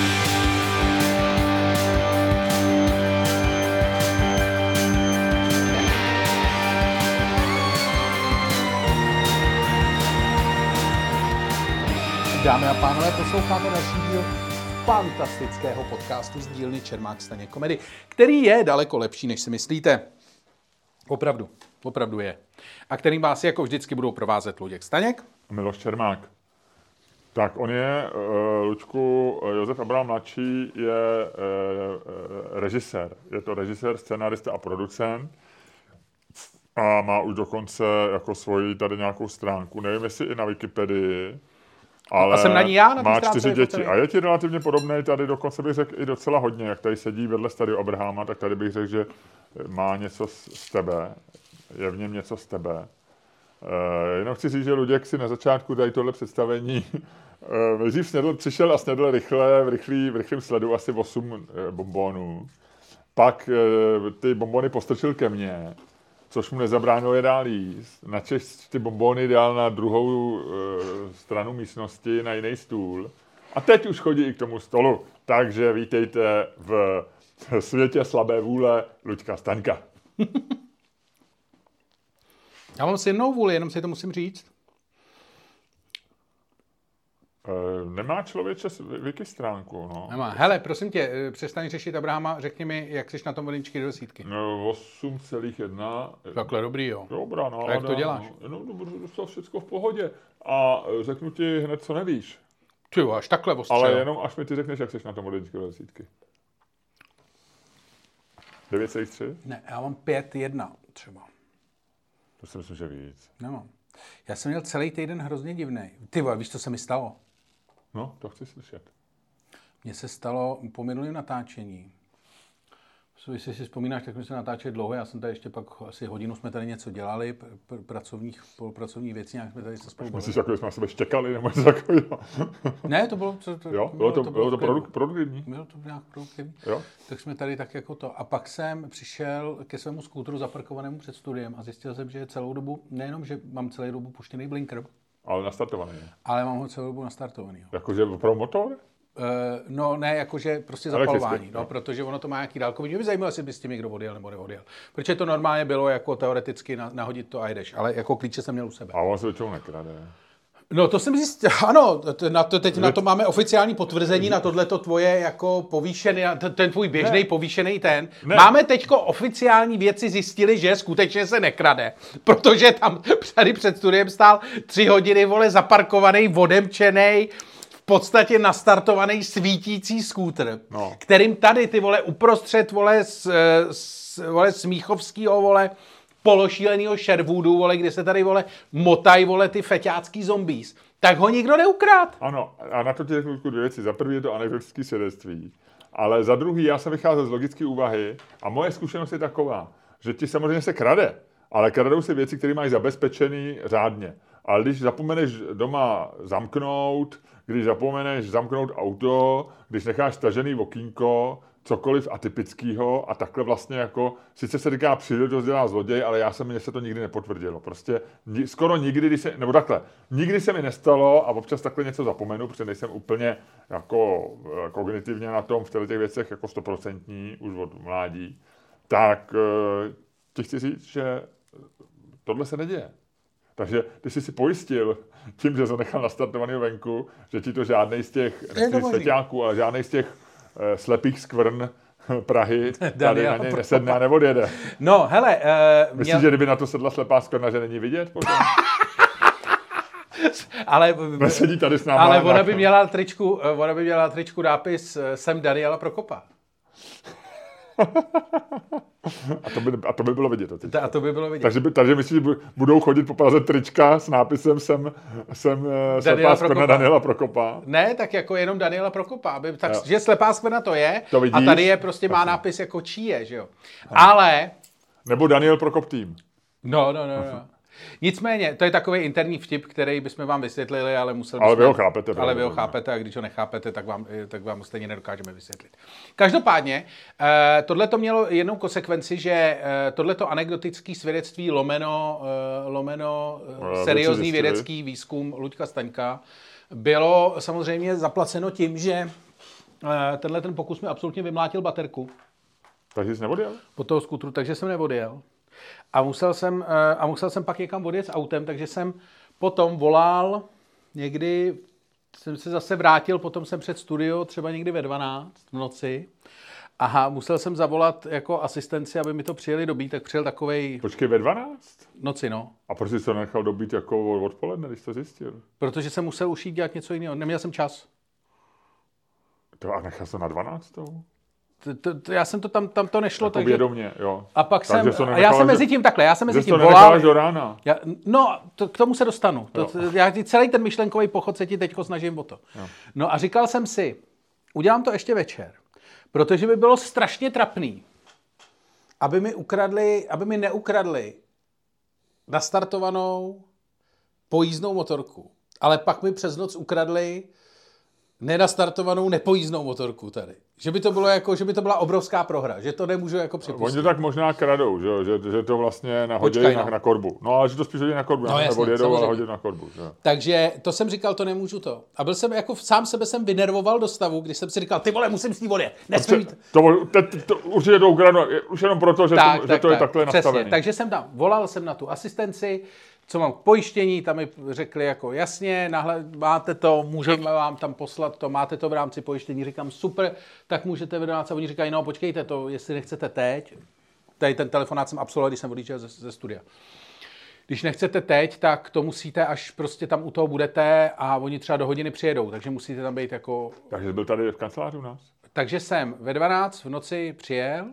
Dámy a pánové, posloucháte další díl fantastického podcastu z dílny Čermák Staněk Komedy, který je daleko lepší, než si myslíte. Opravdu je. A kterým vás jako vždycky budou provázet Luděk Staněk. Miloš Čermák. Tak on je, Lučku, Josef Abraham mladší je režisér. Je to režisér, scenárista a producent. A má už dokonce jako svoji tady nějakou stránku. Nevím, jestli i na Wikipedii. Ale a jsem na ní já, na má 4 děti. A je ti relativně podobný, tady dokonce bych řekl i docela hodně, jak tady sedí vedle Stadio Abrahama, tak tady bych řekl, že má něco z tebe. Je v něm něco z tebe. Jenom chci říct, že Luděk si na začátku tady tohle představení nejdřív přišel a snědl rychle, v rychlém sledu asi 8 bombonů. Pak ty bombony postrčil ke mně, což mu nezabránilo je dál jíst. Načež ty bombony dal na druhou stranu místnosti, na jiný stůl. A teď už chodí i k tomu stolu. Takže vítejte v světě slabé vůle Luďka Staňka. Já mám silnou vůli, jenom si to musím říct. Nemá člověče wiki stránku, no. Nemá. Hele, prosím tě, přestaň řešit Abrahama, řekni mi, jak jsi na tom od 1 do 10. 8,1. Takhle dobrý, jo. Dobrá, no. A jak to děláš? No, to všechno v pohodě. A řeknu ti hned, co nevíš. Ty jo, až takhle ostře. Ale jenom až mi ty řekneš, jak jsi na tom od 1 do 10. 9,3? Ne, já mám 5,1 třeba. To si myslím, že víc. Nemám. Já jsem měl celý týden hrozně divný. Ty vole, víš, co se mi stalo? No, to chci slyšet. Mně se stalo po minulém natáčení. Jestli si vzpomínáš, tak jsme se natáčeli dlouho. Já jsem tady ještě pak asi hodinu jsme tady něco dělali, pracovních věcí, nějak jsme tady se spolu bavili. Myslíš, jako jsme na sebe štěkali nebo něco takového? Ne, to bylo... Bylo to produktivní? Bylo to nějak produktivní. Jo? Tak jsme tady tak jako to. A pak jsem přišel ke svému skútru zaparkovanému před studiem a zjistil jsem, že celou dobu, nejenom, že mám celou dobu puštěný blinker, ale nastartovaný. Ale mám ho celou dobu nastartovaný. Jakože pro motor? No ne, jakože prostě zapalování, no, protože ono to má nějaký dálkový. Mě by zajímalo, jestli by s tím někdo odjel nebo neodjel. Protože to normálně bylo jako teoreticky nahodit to a jedeš, ale jako klíče jsem měl u sebe. A on se většinou nekrade. No to jsem zjistil, ano, na to máme oficiální potvrzení na tohleto tvoje jako povýšený, ten tvůj běžný povýšený ten. Ne. Máme teďko oficiální věci zjistili, že skutečně se nekrade, protože tam tady před studiem stál 3 hodiny, vole, zaparkovaný, odemčenej, v podstatě nastartovaný svítící skútr, kterým tady ty vole uprostřed vole smíchovského vole pološílenýho Sherwoodu, vole, kde se tady vole motají vole ty feťácký zombies, tak ho nikdo neukrát. Ano, a na to ti řeknu 2 věci. Za prvý je to anekdotické svědectví, ale za druhý já jsem vycházel z logické úvahy a moje zkušenost je taková, že ti samozřejmě se krade, ale kradou se věci, které mají zabezpečený řádně. Ale když zapomeneš doma zamknout, když zapomeneš zamknout auto, když necháš stažený okýnko, cokoliv atypického a takhle vlastně jako, sice se říká příležitost dělá zloděj, ale mně se to nikdy nepotvrdilo. Prostě skoro nikdy, nikdy se mi nestalo a občas takhle něco zapomenu, protože nejsem úplně jako kognitivně na tom v těch věcech jako 100% už od mládí. Tak ti chci říct, že tohle se neděje. Takže ty jsi si pojistil tím, že jsi nechal nastartovaný venku, že ti to žádnej z těch feťáků, ale žádnej z těch slepých skvrn Prahy tady na něj nesedne a neodjede. No, hele... Myslíš, že kdyby na to sedla slepá skvrna, že není vidět potom? Ale nesedí tady s náma. Ale ona by měla tričku nápis Jsem Daniela Prokopa. A to by bylo vidět. A to by bylo vidět. Takže myslíš, že budou chodit po Praze trička s nápisem Jsem slepá skvrna Daniela Prokopa? Ne, tak jako jenom Daniela Prokopa. Takže slepá skvrna to je. To vidíš, a tady je prostě má nápis jako čí je, že jo. Ale... Nebo Daniel Prokop tým. No. Nicméně, to je takový interní vtip, který bychom vám vysvětlili, ale vy ho chápete. Ale vy ho chápete a když ho nechápete, tak vám stejně nedokážeme vysvětlit. Každopádně, tohle to mělo jednou konsekvenci, že tohleto anekdotické svědectví lomeno seriózní vědecký výzkum Luďka Staňka bylo samozřejmě zaplaceno tím, že tenhle ten pokus mi absolutně vymlátil baterku. Takže jsi neodjel? Po toho skutru, takže jsem neodjel. A musel jsem pak někam odjet s autem, takže jsem potom volal, někdy jsem se zase vrátil, potom jsem před studio, třeba někdy ve 12 v noci. Aha, musel jsem zavolat jako asistenci, aby mi to přijeli dobít, tak přijel takovej... Počkej, ve 12? Noci, no. A proč jsi to nechal dobít jako odpoledne, když to zjistil? Protože jsem musel už jít dělat něco jiného, neměl jsem čas. A nechal jsi na 12? Já jsem to tam to nešlo, jako takže... vědomě, jo. A pak já jsem mezi tím volal... do rána. K tomu se dostanu. Já celý ten myšlenkový pochod se ti teďko snažím o to. Jo. No a říkal jsem si, udělám to ještě večer, protože by bylo strašně trapný, aby mi neukradli nastartovanou pojízdnou motorku, ale pak mi přes noc ukradli nenastartovanou nepojízdnou motorku tady. Že by to bylo jako, že by to byla obrovská prohra, že to nemůžu jako připustit. Oni tak možná kradou, že to vlastně nahodí na korbu. No ale že to spíš hodí na korbu, neodjedou, ale hodí na korbu. Že? Takže to jsem říkal, to nemůžu to. A byl jsem jako sám sebe jsem vynervoval do stavu, když jsem si říkal, ty vole, musím s ní odjet. To určitě jdou kradu, už jenom proto, že to je takhle nastavené. Takže jsem tam, volal jsem na tu asistenci, co mám k pojištění, tam mi řekli jako jasně, máte to, můžeme vám tam poslat to, máte to v rámci pojištění, říkám super, tak můžete vydat. A oni říkají, no počkejte to, jestli nechcete teď, tady ten telefonát jsem absolvoval, když jsem odjížděl ze studia. Když nechcete teď, tak to musíte, až prostě tam u toho budete a oni třeba do hodiny přijedou, takže musíte tam být jako... Takže byl tady v kanceláři u nás? Takže jsem ve 12 v noci přijel,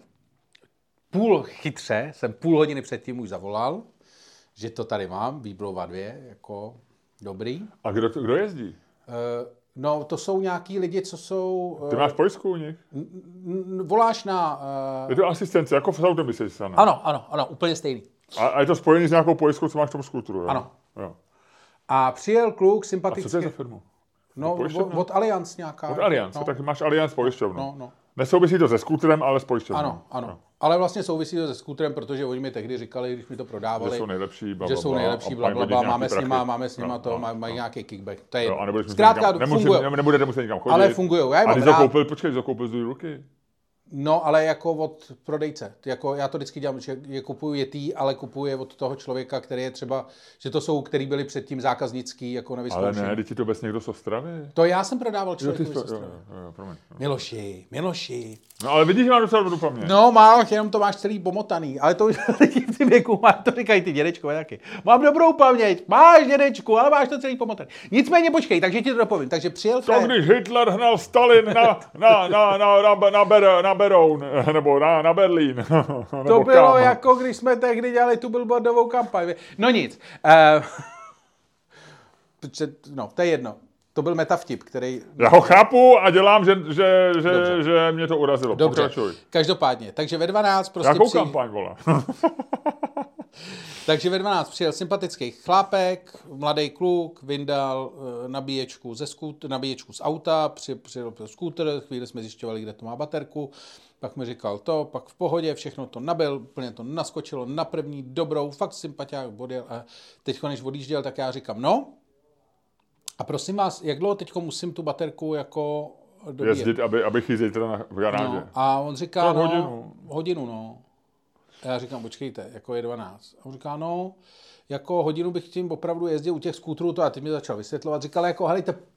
chytře jsem půl hodiny předtím už zavolal, že to tady mám, Bíblova 2, jako dobrý. A kdo jezdí? No, to jsou nějaký lidi, co jsou... Ty máš pojistku u nich? Voláš na... Je to asistence, jako v autem myslíš se? Ano, úplně stejný. A je to spojený s nějakou pojistkou, co máš v tom skutru, jo? Ano. Jo. A přijel kluk sympatický... A co to je za firmu? No, od Allianz nějaká. Od Allianz, tak máš Allianz pojišťovnu. No. Nesouvisí to se skútrem, ale s pojišťovnou. Ano. Ale vlastně souvisí to se skútrem, protože oni mi tehdy říkali, když mi to prodávali, že jsou nejlepší, máme s nima to, mají nějaký kickback. To je zkrátka nebudete muset nikam chodit. Ale fungujou. A když zakoupil z druhé ruky? No, ale jako od prodejce. Jako já to vždycky dělám, že je kupuju Yeti, ale kupuju od toho člověka, který je třeba, že to jsou, který byli předtím zákaznický, jako nevyzkoušení. Ale ne, teď ti to bez někdo z Ostravy. To já jsem prodával člověku z Ostravy. Miloši. No, ale vidíš, že mám docela dobrou paměť. No, máš, jenom to máš celý pomotaný. Ale to lidi v tím věku to říkají ty dědečkové taky. Mám dobrou paměť, máš dědečku, ale máš to celý pomotaný. Nicméně počkej, takže ti to dopovím. Takže přijel to, když Hitler hnal Stalin na Beroun, nebo na Berlín. To bylo jako, když jsme tehdy dělali tu billboardovou kampaň. No nic. No, to je jedno. To byl metavtip, který... Já ho chápu a dělám, že mě to urazilo. Dobře. Pokračuj. Každopádně. Takže ve 12 prostě... Jakou kampaň, vole? Takže ve 12 přijel sympatický chlápek, mladý kluk, vyndal nabíječku z auta, přijel skútr, chvíli jsme zjišťovali, kde to má baterku, pak mi říkal to, pak v pohodě, všechno to nabil, úplně to naskočilo na první dobrou, fakt sympatiák odjel a teď, než odjížděl, tak já říkám, no, a prosím vás, jak dlouho teď musím tu baterku jako dobíjet? Jezdit, abych ji zítra v garáži. No, a on říká, hodinu, no. A já říkám, počkejte, jako je 12. A on říká, jako hodinu bych tím opravdu jezdil u těch skútrů, a ty mě začal vysvětlovat. Říkal, jako, helejte,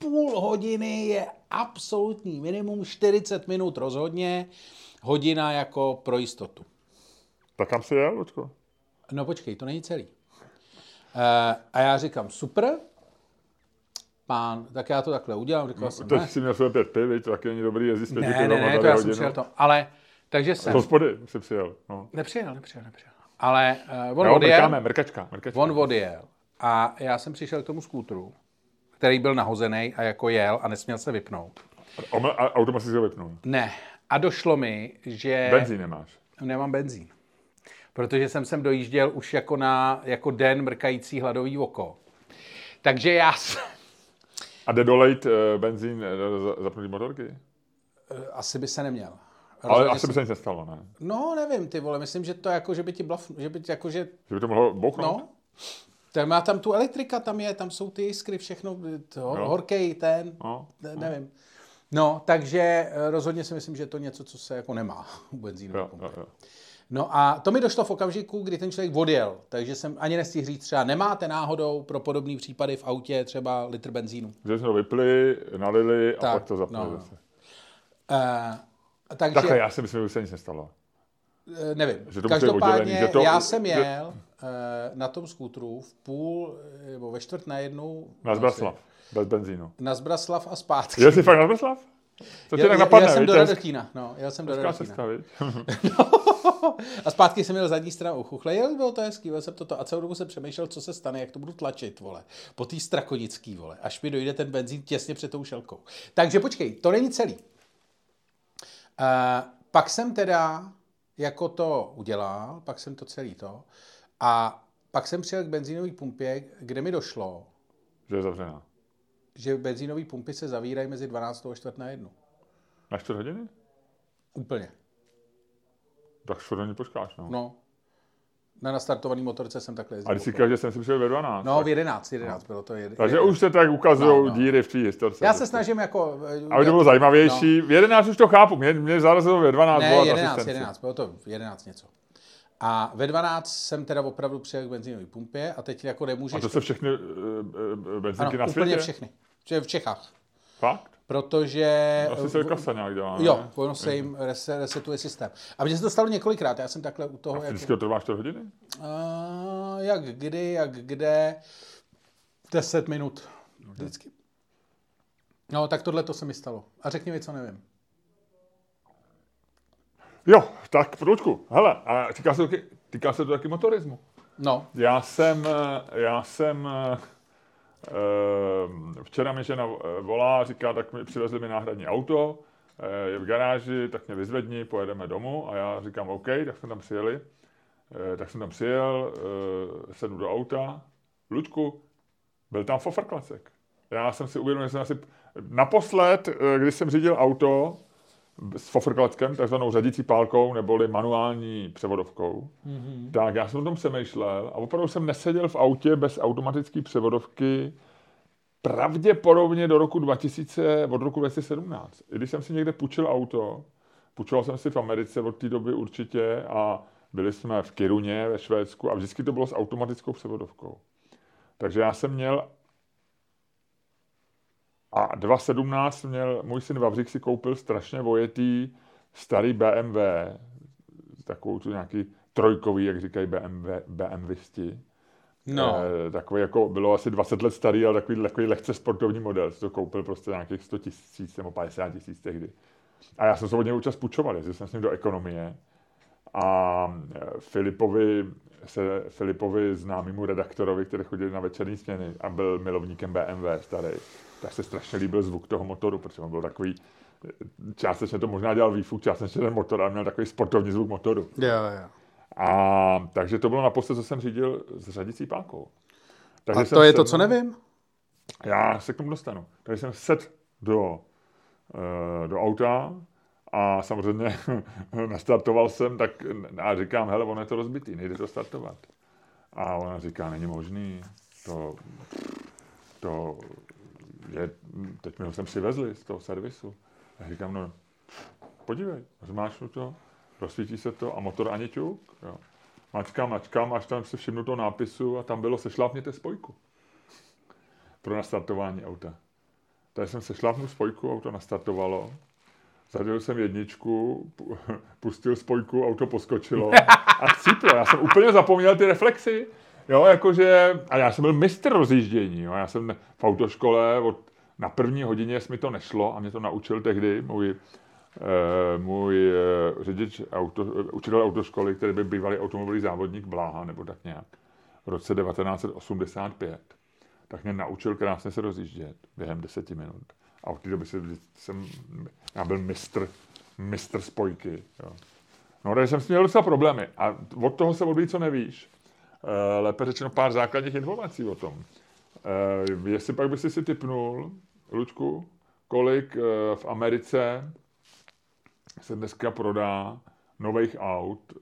půl hodiny je absolutní minimum, 40 minut rozhodně, hodina jako pro jistotu. Tak kam jsi jel, Lučko? No počkej, to není celý. A já říkám, super, pán, tak já to takhle udělám. Říkal jsem, Teď si měl své 5 piv, to taky není dobrý jezdit zpět. Ne, to já jsem přijel to. Ale, takže jsem. Hospody jsi přijel. No. Nepřijel. Ale on odjel. Mrkačka. On odjel. A já jsem přišel k tomu skútru, který byl nahozený a jako jel a nesměl se vypnout. A automaticky ho vypnul. Ne. A došlo mi, že... Benzín nemáš. Nemám benzín. Protože jsem sem dojížděl už jako den mrkající hladový oko. Takže já... A jde dolejt benzín zapnutý motorky? Asi by se neměl. Ale asi by se nic nestalo, ne? No, nevím, ty vole, myslím, že to jako, že by ti že by to mohlo bouchnout? No. Tak má tam tu elektrika, tam jsou ty jiskry, všechno, horkej, nevím. No, takže rozhodně si myslím, že to je něco, co se jako nemá u benzínové pumpy. No a to mi došlo v okamžiku, kdy ten člověk odjel, takže jsem ani nestihl říct třeba, nemáte náhodou pro podobné případy v autě třeba litr benzínu. Že jsme to vypli, nalili a pak to zapnuli zase. Takže... Takhle, já si myslím, že se nic nestalo. Nevím. Že to každopádně já jsem jel na tom skútru v půl, nebo ve 1:45. Na Zbraslav, bez benzínu. Na Zbraslav a zpátky. Jel jsi fakt na Zbraslav? To tě tak napadne, jel jsem do Radotína. Jel jsem do Radotína. A zpátky jsem měl zadní stranu uchuchle. Bylo to hezký, jsem toto. A celou dobu jsem přemýšlel, co se stane, jak to budu tlačit, vole. Po té Strakonický, vole. Až mi dojde ten benzín těsně před tou šelkou. Takže počkej, to není celý. Pak jsem teda jako to udělal, pak jsem to celý to. A pak jsem přijel k benzínové pumpě, kde mi došlo, že je zavřená. Že benzínové pumpy se zavírají mezi 12 a 1:45. Na 4 hodiny? Úplně. Tak 4 hodiny počkáš, no. No. Na nastartovaný motorce jsem takhle jezdil. A když si říkal, že jsem si přišel ve 12. No, v 11 bylo to. Takže už se tak ukazují díry v té historce. Já se snažím jako... Aby to bylo zajímavější. V 11 už to chápu, mě zarazilo ve 12. Ne, 11, bylo to v 11 něco. A ve 12 jsem teda opravdu přijel k benzínové pumpě a teď jako nemůžeš... A to se všechny benzínky na světě? Úplně všechny. V Čechách. Fakt? Protože... Asi se kasa nějak dělá, ne? Jo, ono se jim resetuje systém. A mně se to stalo několikrát, já jsem takhle u toho... A vždycky to trvá 4 hodiny? Jak kde, 10 minut. Vždycky. No, tak tohle to se mi stalo. A řekni mi, co nevím. Jo, tak Průčku, hele, a týká se to taky motorismu. No. Já jsem včera mi žena volá, říká, tak přivezli mi náhradní auto, je v garáži, tak mě vyzvedni, pojedeme domů a já říkám OK, tak jsme tam přijeli. Tak jsem tam přijel, sednu do auta, Luďku, byl tam fofrklacek. Já jsem si uvědomil, že jsem asi naposled, když jsem řídil auto s fofrklackem, takzvanou řadící pálkou, neboli manuální převodovkou, tak já jsem o tom přemýšlel a opravdu jsem neseděl v autě bez automatické převodovky pravděpodobně od roku 2017. I když jsem si někde půjčil auto, půjčoval jsem si v Americe od té doby určitě a byli jsme v Kiruně ve Švédsku a vždycky to bylo s automatickou převodovkou. Takže já jsem měl a 2017 měl, můj syn Vavřík si koupil strašně ojetý starý BMW, takovou tu nějaký trojkový, jak říkají BMWisti. No. Takový jako, bylo asi 20 let starý, ale takový lehce sportovní model. Si to koupil prostě nějakých 100 000 nebo 50 000 tehdy. A já jsem se od něj účast půjčoval, jezdil jsem s ním do ekonomie. A Filipovi známému redaktorovi, který chodil na večerní směny a byl milovníkem BMW starý, tak se strašně líbil zvuk toho motoru, protože on byl takový, částečně to možná dělal výfuk, částečně ten motor, ale měl takový sportovní zvuk motoru. Jo. A takže to bylo naposled, co jsem řídil s řadicí pálkou. Takže a to je to, co nevím? Já se k tomu dostanu. Takže jsem sedl do auta a samozřejmě nastartoval jsem, tak a říkám, hele, ono je to rozbitý, nejde to startovat. A ona říká, není možný, to je, teď mi ho sem přivezli z toho servisu. A říkám, no, podívej, zmáčknu to, rozsvítí se to a motor ani ťuk. Jo. Mačkám, až tam si všimnu toho nápisu a tam bylo sešlápněte spojku pro nastartování auta. tady jsem se šlápnul spojku, auto nastartovalo. Zadil jsem jedničku, pustil spojku, auto poskočilo a chcíplo. Já jsem úplně zapomněl ty reflexy. Jo, jakože, a já jsem byl mistr rozjíždění. Jo. Já jsem v autoškole, na první hodině mi to nešlo a mě to naučil tehdy můj řidič, učitel autoškoly, který by bývalý automobilový závodník Bláha, nebo tak nějak, v roce 1985. Tak mě naučil krásně se rozjíždět během 10 minut. A od té doby já byl mistr spojky. Jo. No, takže jsem s tím měl docela problémy. A od toho se odvíjí, co nevíš. Lépe řečeno pár základních informací o tom. Jestli pak by si tipnul, Luďku, kolik v Americe se dneska prodá nových aut,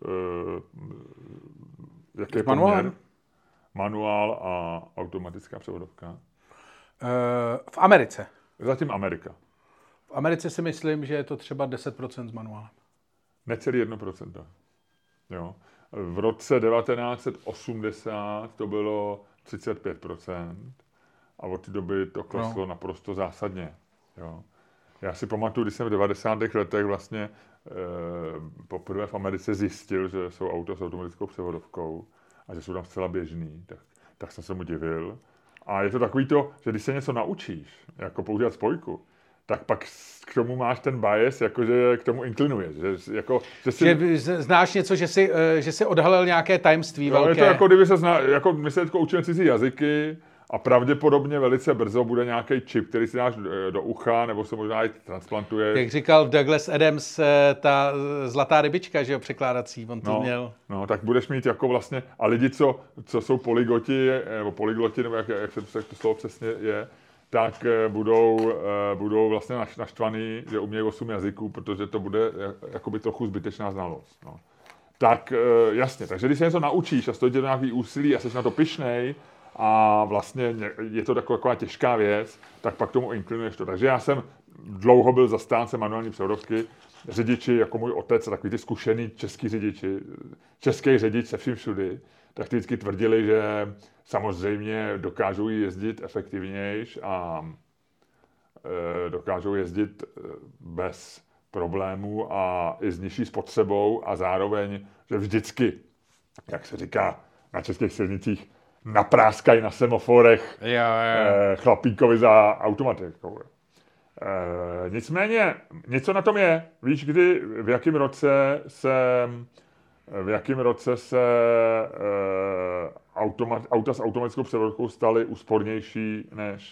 jaký je poměr? Manuál a automatická převodovka. V Americe. Zatím Amerika. V Americe si myslím, že je to třeba 10% s manuálem. Necelý 1%. Jo. V roce 1980 to bylo 35% a od té doby to kleslo naprosto zásadně. Jo. Já si pamatuju, když jsem v 90. letech vlastně poprvé v Americe zjistil, že jsou auta s automatickou převodovkou a že jsou tam zcela běžný, tak jsem se mu divil. A je to takový to, že když se něco naučíš, jako používat spojku, tak pak k tomu máš ten bias, jakože k tomu inklinuješ. Že znáš něco, že jsi odhalil nějaké tajemství velké. Je to jako kdyby my se učíme cizí jazyky a pravděpodobně velice brzo bude nějaký čip, který si dáš do ucha, nebo se možná i transplantuje. Jak říkal Douglas Adams, ta zlatá rybička, že jo, překládací, on to měl. No, tak budeš mít jako vlastně, a lidi, co jsou polygloti, nebo jak se to slovo přesně je, tak budou vlastně naštvaný, že umějí 8 jazyků, protože to bude jakoby trochu zbytečná znalost. No. Tak jasně, takže když se něco naučíš a stojí tě to nějaký úsilí a jsi na to pyšnej a vlastně je to taková těžká věc, tak pak tomu inklinuješ to. Takže já jsem dlouho byl zastánce manuální převodovky, řidiči jako můj otec a takový ty zkušený český řidiči, český řidič se vším všudy, tak ty vždycky tvrdili, že samozřejmě dokážou jezdit efektivnějš a dokážou jezdit bez problémů a i s nižší spotřebou a zároveň, že vždycky, jak se říká na českých silnicích, napráskají na semaforech chlapíkovi za automatikou. Nicméně, něco na tom je. Víš, v jakém roce se auta s automatickou převodovkou staly úspornější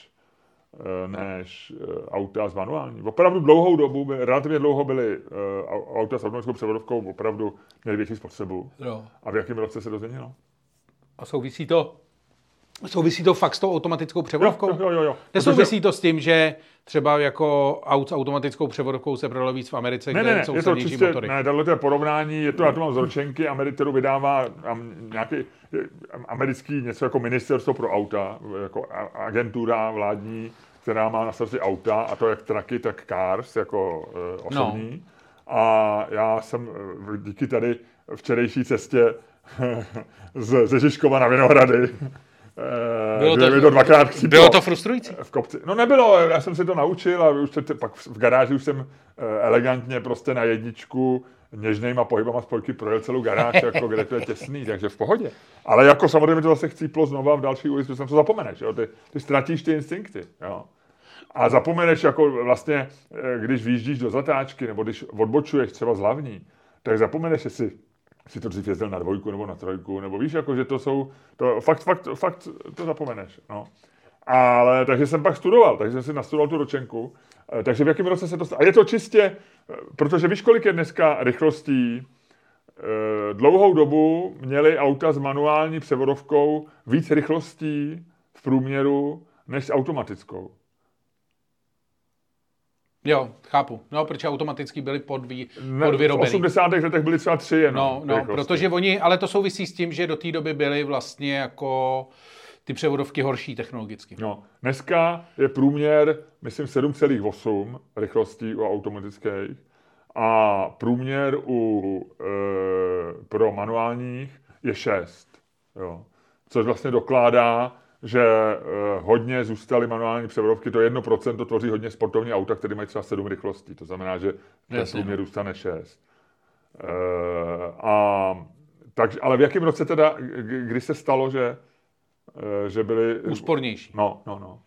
než auta s manuální. Opravdu dlouhou dobu, relativně dlouho byly auta s automatickou převodovkou, opravdu měly větší spotřebu. Jo. A v jakém roce se to změnilo? A souvisí to fakt s tou automatickou převodovkou? Jo. Nesouvisí to s tím, že třeba jako aut s automatickou převodovkou se prodalo víc v Americe, kde jsou silnější motory? Ne, tohle je porovnání, já to mám z ročenky, kterou vydává nějaký americký něco jako ministerstvo pro auta, jako agentura vládní, která má na starosti auta, a to jak trucky, tak cars, jako osobní. No. A já jsem díky tady včerejší cestě ze Žižkova na Vinohrady, Bylo to frustrující? V kopci. No nebylo, já jsem si to naučil a už pak v garáži už jsem elegantně prostě na jedničku něžnýma pohybama spojky projel celou garáž, jako kde to je těsný, takže v pohodě. Ale jako samozřejmě to zase chcíplo znova v další ulici, protože to zapomeneš, jo? Ty ztratíš ty instinkty, jo. A zapomeneš jako vlastně, když vyjíždíš do zatáčky, nebo když odbočuješ třeba z hlavní, tak zapomeneš, jestli si to dřív jezdil na 2 nebo na 3, nebo víš, jako, že fakt to zapomeneš, no. Ale takže jsem pak studoval, takže jsem si nastudoval tu ročenku, takže v jakém roce se to stalo. A je to čistě, protože víš, kolik je dneska rychlostí, dlouhou dobu měly auta s manuální převodovkou víc rychlostí v průměru než s automatickou. Jo, chápu. No, protože automaticky byly podvyrobený. V 80. letech byly třeba 3 jenom. No, protože ale to souvisí s tím, že do té doby byly vlastně jako ty převodovky horší technologicky. No, dneska je průměr, myslím, 7,8 rychlostí u automatických a průměr pro manuálních je 6. Jo. Což vlastně dokládá, že hodně zůstaly manuální převodovky, to 1% tvoří hodně sportovní auta, které mají třeba 7 rychlostí, to znamená, že ten průměr zůstane 6. Ale v jakém roce teda, kdy se stalo, že byly... Úspornější. No.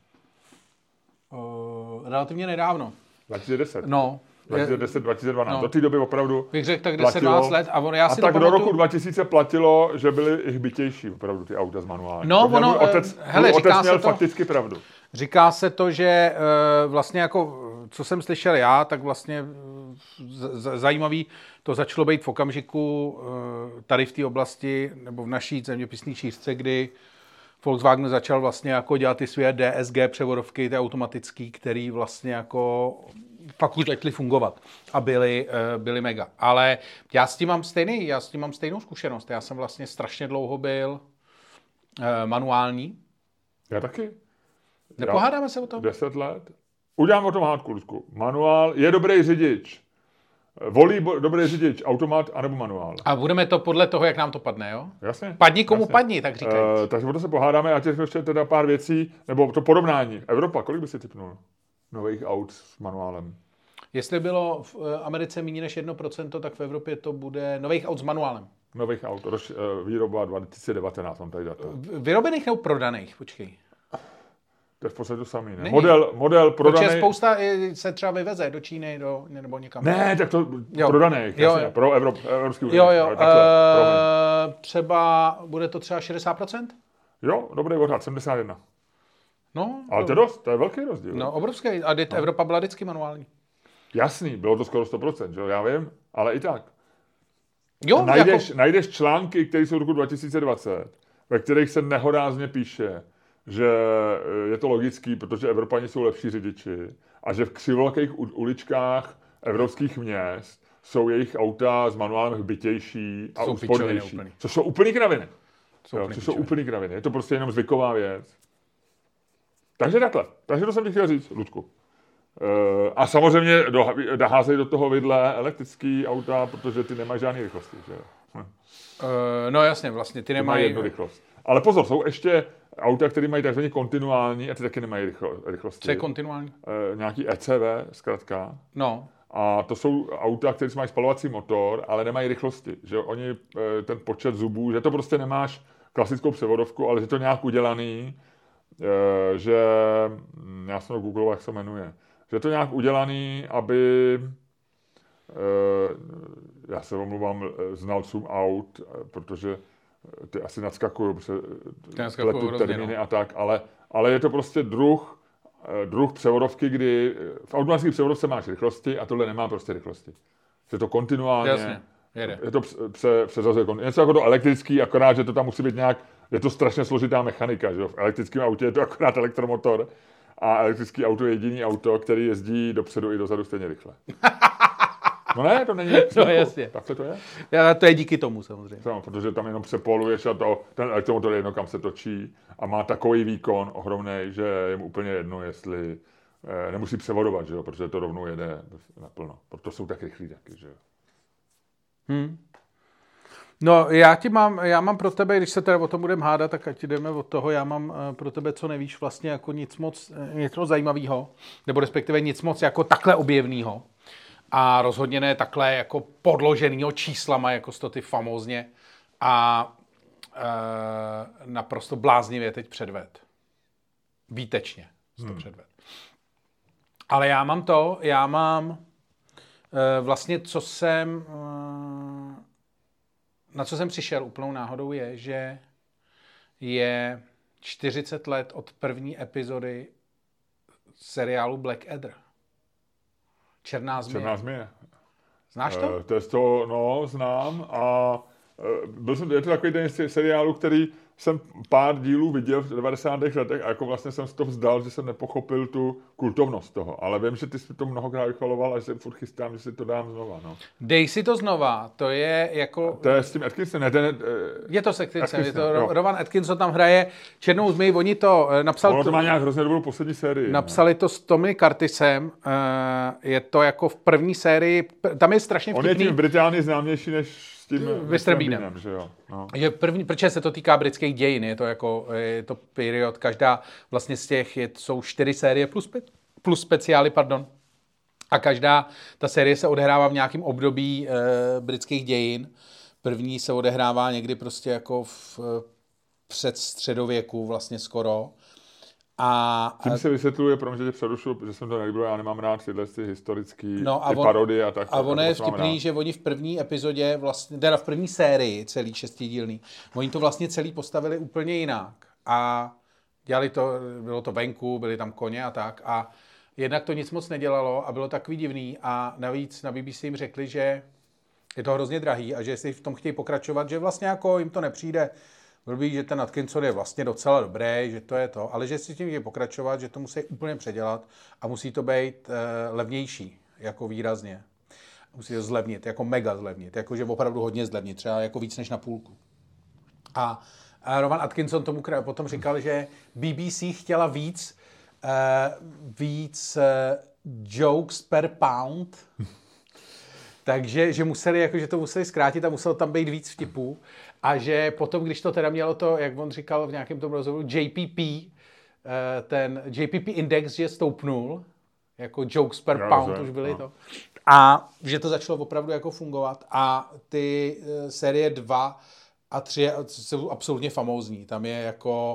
Relativně nedávno. 2010. No. 2010, 2012. Do té doby opravdu bych řekl tak 10-12 let. Já si tak do roku 2000 platilo, že byly i bytější opravdu ty auta z manuálem. No, otec měl fakticky pravdu. Říká se to, že vlastně jako, co jsem slyšel já, tak vlastně zajímavý to začalo být v okamžiku tady v té oblasti, nebo v naší zeměpisné šířce, kdy Volkswagen začal vlastně jako dělat ty své DSG převodovky, ty automatický, který vlastně jako fakt už začaly fungovat a byly mega. Ale já s tím mám stejnou zkušenost. Já jsem vlastně strašně dlouho byl manuální. Já taky. Nepohádáme se o tom? 10 let. Udělám o tom hádku, Rusku. Manuál je dobrý řidič. Volí dobrý řidič, automat anebo manuál. A budeme to podle toho, jak nám to padne, jo? Jasně. Padni komu padni, tak říkají. Takže o to se pohádáme a těch ještě teda pár věcí, nebo to porovnání. Evropa, kolik by si tipnul nových aut s manuálem? Jestli bylo v Americe méně než 1%, tak v Evropě to bude nových aut s manuálem. Nových aut, výroba 2019, mám tady data. Vyrobených nebo prodaných, počkej. To je v podstatě to samý, ne? Model prodaný. Protože spousta se třeba vyveze do Číny nebo někam. Ne, tak to prodaných, jasně, pro Evropský unii. Jo. Třeba bude to třeba 60%? Jo, dobrý odhad, 71. No. Ale to je dost, to je velký rozdíl. No, obrovský. A Evropa byla vždycky manuální. Jasný, bylo to skoro 100%, že? Já vím, ale i tak. Jo, najdeš články, které jsou roku 2020, ve kterých se nehorázně píše, že je to logický, protože Evropani jsou lepší řidiči a že v křivolkých uličkách evropských měst jsou jejich auta s manuálem hbitější a úspornější. Což jsou úplný kraviny. Jsou úplný kraviny. Je to prostě jenom zvyková věc. Takže takhle. Takže to jsem ti chtěl říct, Ludku. A samozřejmě doházejí do toho vidle elektrický auta, protože ty nemají žádný rychlosti. Že? No jasně, vlastně ty nemají jednu rychlost. Ale pozor, jsou ještě auta, které mají takzvaně kontinuální a ty taky nemají rychlosti. Co je kontinuální? Nějaký ECV, zkrátka. No. A to jsou auta, které mají spalovací motor, ale nemají rychlosti. Že oni, ten počet zubů, že to prostě nemáš klasickou převodovku, ale že to nějak udělaný, že já jsem to googloval, jak se jmenuje, že to nějak udělaný, aby já se omluvám znalcům aut, protože ty asi nadskakují, protože pletu termíny a tak, ale je to prostě druh převodovky, kdy v automatické převodovce máš rychlosti a tohle nemá prostě rychlosti. Je to kontinuálně. Jasně, jede. Je to přeřazuje něco jako to elektrický, akorát, že to tam musí být nějak, je to strašně složitá mechanika, že v elektrickém autě je to akorát elektromotor a elektrický auto je jediný auto, který jezdí dopředu i dozadu stejně rychle. No ne, to není. No jasně. Takhle to je? Já, to je díky tomu samozřejmě. No, protože tam jenom přepoluješ a ten elektromotor je jedno, kam se točí a má takový výkon ohromný, že je mu úplně jedno, jestli nemusí převodovat, že jo, protože to rovnou jede naplno. Proto jsou tak rychlí taky, že jo. No, já mám pro tebe, když se teda o tom budeme hádat, tak ať jdeme od toho, já mám pro tebe, co nevíš, vlastně jako nic moc zajímavého, nebo respektive nic moc jako takhle objevného. A rozhodně ne takhle jako podloženýho číslama, jako to ty famózně a naprosto bláznivě teď předved. Výtečně to předved. Ale já mám vlastně, na co jsem přišel úplnou náhodou je, že je 40 let od první epizody seriálu Blackadder. Černá zmije. Znáš to? No, znám a je to takový ten seriálu, který jsem pár dílů viděl v 90. letech a jako vlastně jsem z toho vzdal, že jsem nepochopil tu kultovnost toho. Ale vím, že ty jsi to mnohokrát vychvaloval a že se furt chystám, že si to dám znova. No. Dej si to znova, to je jako... To je s tím Atkinsem, ne? Je to s Atkinsem, je to Rowan Atkinson tam hraje Černou zmiji, oni to napsal... Ono to má nějak hrozně dobrou poslední sérii. Napsali to s Tommy Curtisem, je to jako v první sérii, tam je strašně vtipný. On je tím v Británii známější než tím Mr. Beanem, že jo. No. Je první, protože se to týká britských dějin, je to period, každá vlastně z těch jsou 4 série plus speciály, pardon. A každá ta série se odehrává v nějakém období britských dějin. První se odehrává někdy prostě jako před středověku vlastně skoro. A tím se vysvětluje, protože tě přerušu, protože jsem to nelíbil, já nemám rád tyhle historický ty parodie a tak. A ono je vtipný, že oni v první epizodě, vlastně, teda v první sérii, celý 6dílný, oni to vlastně celý postavili úplně jinak. A dělali to, bylo to venku, byli tam koně a tak. A jednak to nic moc nedělalo a bylo takový divný. A navíc na BBC jim řekli, že je to hrozně drahý a že jestli v tom chtějí pokračovat, že vlastně jako jim to nepřijde blbý, že ten Atkinson je vlastně docela dobrý, že to je to, ale že si tím chtějí pokračovat, že to musí úplně předělat a musí to být levnější, jako výrazně. Musí to zlevnit, jako mega zlevnit, jakože opravdu hodně zlevnit, třeba jako víc než na půlku. A Rowan Atkinson tomu potom říkal, že BBC chtěla víc jokes per pound, takže že že to museli zkrátit a muselo tam být víc vtipů. A že potom, když to teda mělo to, jak on říkal v nějakém tom rozhovoru, ten JPP index, že stoupnul, jako jokes per pound, už byly to. A že to začalo opravdu jako fungovat. A ty série 2 a 3 jsou absolutně famózní. Tam je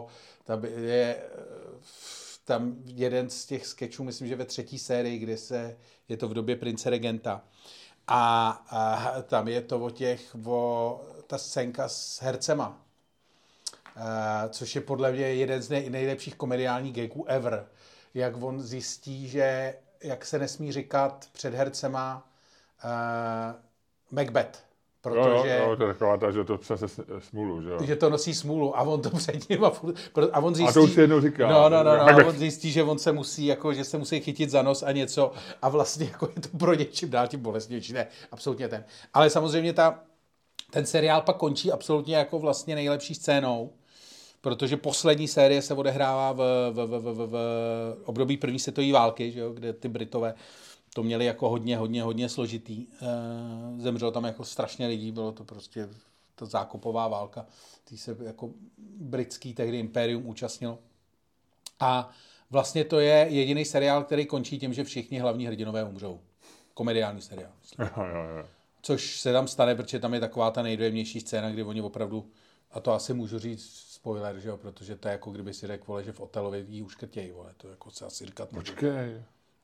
tam jeden z těch sketchů, myslím, že ve 3. sérii, kde je to v době prince regenta. A tam je to ta scénka s hercema, což je podle mě jeden z nejlepších komediálních gagů ever. Jak on zjistí, že jak se nesmí říkat před hercema Macbeth. Protože, to je taková ta, že to přese smůlu, že jo? Že to nosí smůlu a on to před ním a on zjistí... A to už si jednou říká. A on zjistí, že on se musí, jako, že se musí chytit za nos a něco a vlastně jako je to pro něčím dál tím bolestnější. Ne, absolutně ten. Ale samozřejmě ten seriál pak končí absolutně jako vlastně nejlepší scénou, protože poslední série se odehrává v období první světové války, že jo, kde ty Britové to měli jako hodně složitý. Zemřelo tam jako strašně lidí, bylo to prostě ta zákopová válka, tý se jako britský tehdy impérium účastnilo. A vlastně to je jediný seriál, který končí tím, že všichni hlavní hrdinové umřou. Komediální seriál. Což se tam stane, protože tam je taková ta nejdojemnější scéna, kdy oni opravdu, a to asi můžu říct spoiler, že jo, protože to je jako kdyby si řekl, vole, že v Otelovi jí uškrtějí, vole, to jako se asi říkat můžu. Počkej.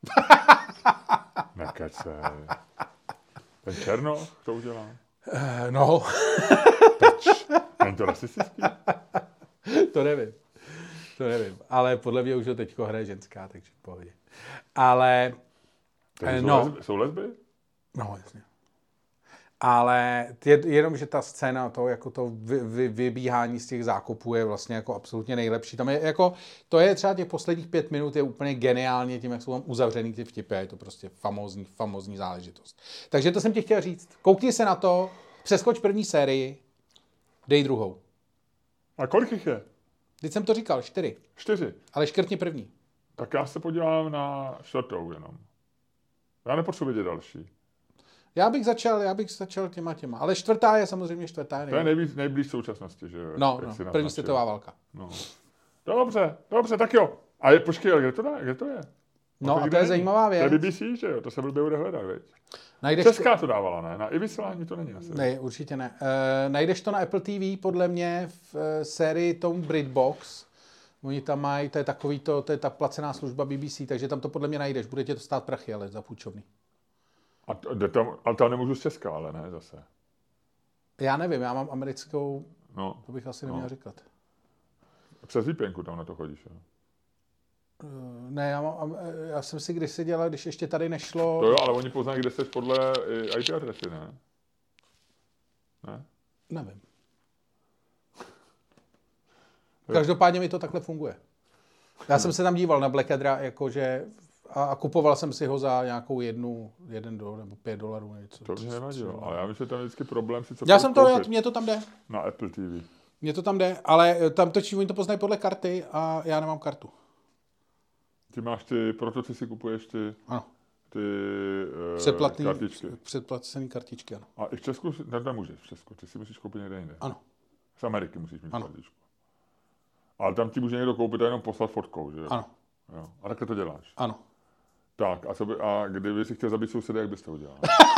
Nekecej. Ten Černoch to udělá? No. Proč? Není to rasistický? To nevím. Ale podle mě už ho teďko hraje ženská, takže v pohodě. Ale... Jsou lesby? No, jasně. Ale jenom, že ta scéna, to vybíhání z těch zákopů je vlastně jako absolutně nejlepší. Tam je jako, to je třeba těch posledních 5 minut je úplně geniálně tím, jak jsou tam uzavřený ty vtipy. Je to prostě famózní záležitost. Takže to jsem ti chtěl říct. Koukni se na to, přeskoč první sérii, dej druhou. A kolik jich je? Teď jsem to říkal, 4. 4. Ale škrtni první. Tak já se podívám na 4. jenom. Já nepotřebuji vidět další. Já bych začal těma. Ale 4. je samozřejmě 4. To je nejblíž současnosti, že jo? No, první světová válka. No. Dobře, tak jo. A počkej, ale kde to je? No a to je zajímavá věc. To je BBC, že jo? To se blbě bude hledat, veď? Česká to dávala, ne? Na i-vysílání to není asi. Ne, určitě ne. Najdeš to na Apple TV, podle mě, v sérii tom BritBox. Oni tam mají, to je ta placená služba BBC, takže tam to podle mě najdeš. Bude tě to stát prachy, ale za půjčovný. Ale tam nemůžu z Česka, ale ne zase. Já nevím, já mám americkou, to bych asi neměl říkat. Přes VPNku tam na to chodíš, jo? Ne, já jsem si kdysi dělal, když ještě tady nešlo... To jo, ale oni poznají, kde jsi podle IP adresy, ne? Ne? Nevím. Každopádně mi to takhle funguje. Já jsem se tam díval na Blackadra, jakože... A kupoval jsem si ho za nějakou $1 nebo $5 něco. To by nevadilo, ale já myslím, že tam je vždycky problém si co mě to tam jde. Na Apple TV. Mně to tam jde, ale tam oni to poznají podle karty a já nemám kartu. Proto si kupuješ ty... Ano. ty kartičky. Předplacený kartičky, ano. A i v Česku nemůžeš v Česku, ty si musíš koupit někde jinde. Ano. Z Ameriky musíš mít kartičku. Ale tam ti může někdo koupit a jenom poslat fotkou, že jo? Ano. Jo. A takhle to děláš. Ano. Tak, a kdyby si chtěl zabít sousedy, jak bys to udělal?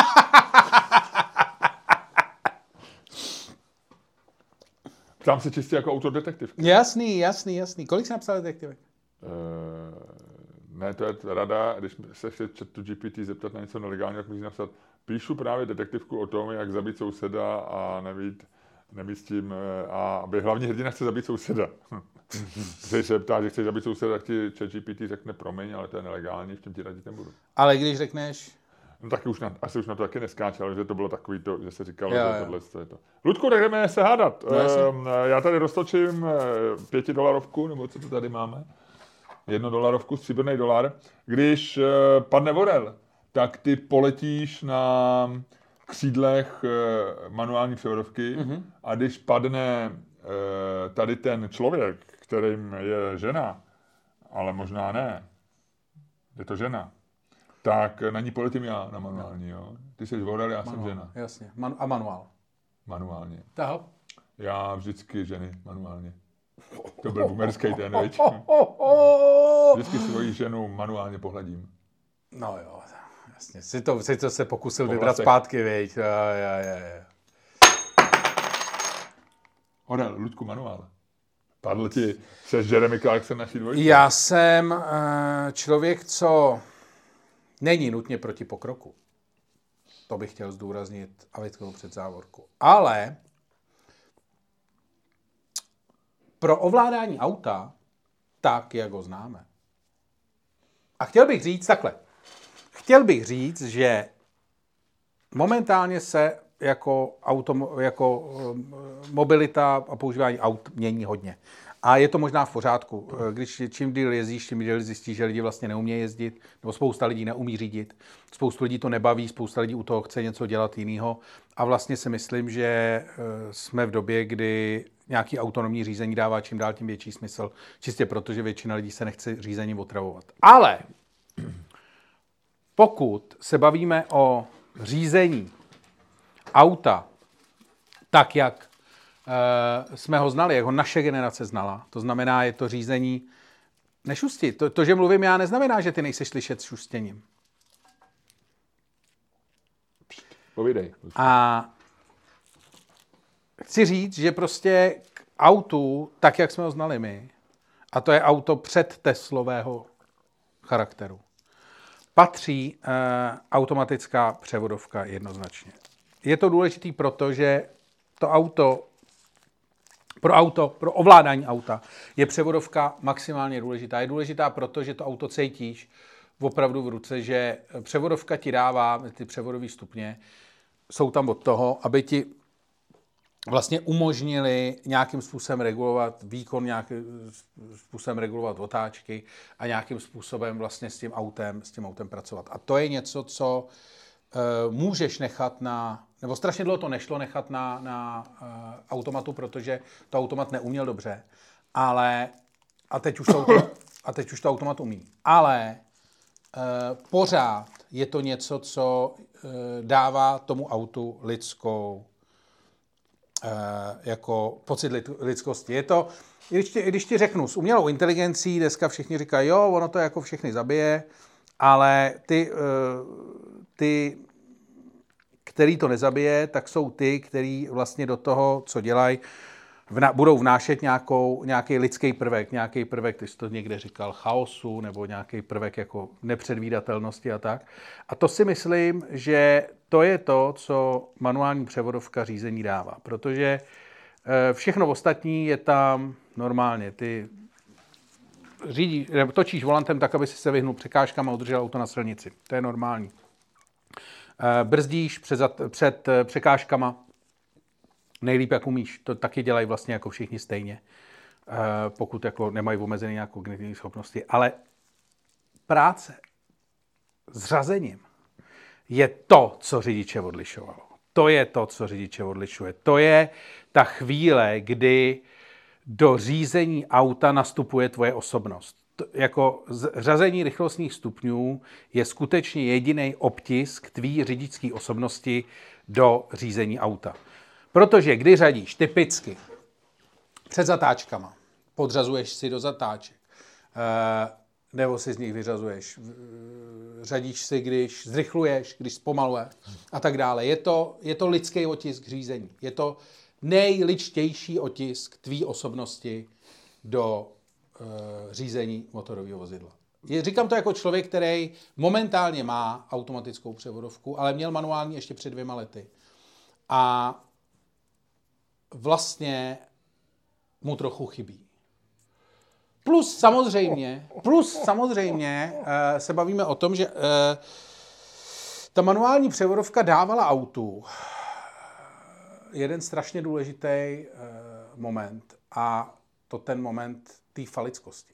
Ptám se čistě jako autor detektivky. Jasný. Kolik jsi napsal detektivek? Ne, to je rada, když se chce ChatGPT zeptat na něco nelegálního, tak musí napsat, píšu právě detektivku o tom, jak zabít souseda a nebýt s tím, a aby hlavní hrdina chce zabít souseda. Když se ptá, že chceš zabít souseda, tak ti ChatGPT řekne, promiň, ale to je nelegální, v čem ti radit nebudu. Ale když řekneš... No taky asi už na to taky neskáče, ale že to bylo takový to, že se říkalo, že tohle je to. Ludku, tak jdeme se hádat. Já tady roztočím $5, nebo co to tady máme? $1, stříbrný dolar. Když padne orel, tak ty poletíš na křídlech manuální převodovky a když padne tady ten člověk, kterým je žena, ale možná ne, je to žena, tak na ní poletím já na manuální, jo. Ty jsi orel, já jsem žena. Jasně. A manuál? Manuálně. Aha. Já vždycky ženy manuálně. To byl boomerský ten, veď? Vždycky svoji ženu manuálně pohladím. No jo, jasně. Si to se pokusil vybrat zpátky, veď? Ja. Orel, Ludku, manuál. Padl ti, seš Jeremy Clarkson naší dvojky? Já jsem člověk, co není nutně proti pokroku. To bych chtěl zdůraznit a vytknout před závorku. Ale pro ovládání auta, tak, jak ho známe. A chtěl bych říct takhle. Chtěl bych říct, že momentálně se jako mobilita a používání aut mění hodně. A je to možná v pořádku. Když čím díl jezdíš, tím díl zjistíš, že lidi vlastně neumějí jezdit, nebo spousta lidí neumí řídit, spoustu lidí to nebaví, spousta lidí u toho chce něco dělat jiného. A vlastně si myslím, že jsme v době, kdy nějaký autonomní řízení dává čím dál tím větší smysl, čistě proto, že většina lidí se nechce řízením otravovat. Ale pokud se bavíme o řízení auta, tak jak jsme ho znali, jak ho naše generace znala, to znamená, je to řízení nešusti. To, že mluvím já, neznamená, že ty nejseš slyšet s šustěním. Povídej. A chci říct, že prostě k autu, tak jak jsme ho znali my, a to je auto před Teslového charakteru, patří automatická převodovka jednoznačně. Je to důležitý, protože to auto, pro ovládání auta je převodovka maximálně důležitá. Je důležitá, protože to auto cítíš opravdu v ruce, že převodovka ti dává, ty převodové stupně jsou tam od toho, aby ti vlastně umožnili nějakým způsobem regulovat výkon, nějakým způsobem regulovat otáčky a nějakým způsobem vlastně s tím autem pracovat. A to je něco, co můžeš nechat nebo strašně dlouho to nešlo nechat na automatu, protože to automat neuměl dobře, a teď už to automat umí. Ale pořád je to něco, co dává tomu autu lidskou jako pocit lidskosti. Je to, když ti řeknu, s umělou inteligencí, dneska všichni říkají, jo, ono to jako všechny zabije, ale ty který to nezabije, tak jsou ty, který vlastně do toho, co dělají, budou vnášet nějaký lidský prvek, ty jsi to někde říkal, chaosu, nebo nějaký prvek jako nepředvídatelnosti a tak. A to si myslím, že to je to, co manuální převodovka řízení dává, protože všechno ostatní je tam normálně. Ty točíš volantem tak, aby si se vyhnul překážkám a udržel auto na silnici. To je normální. Brzdíš před překážkama, nejlíp, jak umíš. To taky dělají vlastně jako všichni stejně, pokud jako nemají omezené nějaké kognitivní schopnosti. Ale práce s řazením je to, co řidiče odlišovalo. To je to, co řidiče odlišuje. To je ta chvíle, kdy do řízení auta nastupuje tvoje osobnost. jako řazení rychlostních stupňů je skutečně jediný obtisk tvý řidičské osobnosti do řízení auta. Protože když řadíš typicky před zatáčkama, podřazuješ si do zatáček, nebo si z nich vyřazuješ, řadíš si, když zrychluješ, když zpomaluješ a tak dále. Je to lidský otisk řízení. Je to nejličtější otisk tvý osobnosti do řízení motorového vozidla. Říkám to jako člověk, který momentálně má automatickou převodovku, ale měl manuální ještě před 2 lety. A vlastně mu trochu chybí. Plus samozřejmě se bavíme o tom, že ta manuální převodovka dávala autu jeden strašně důležitý moment a to ten moment té falickosti.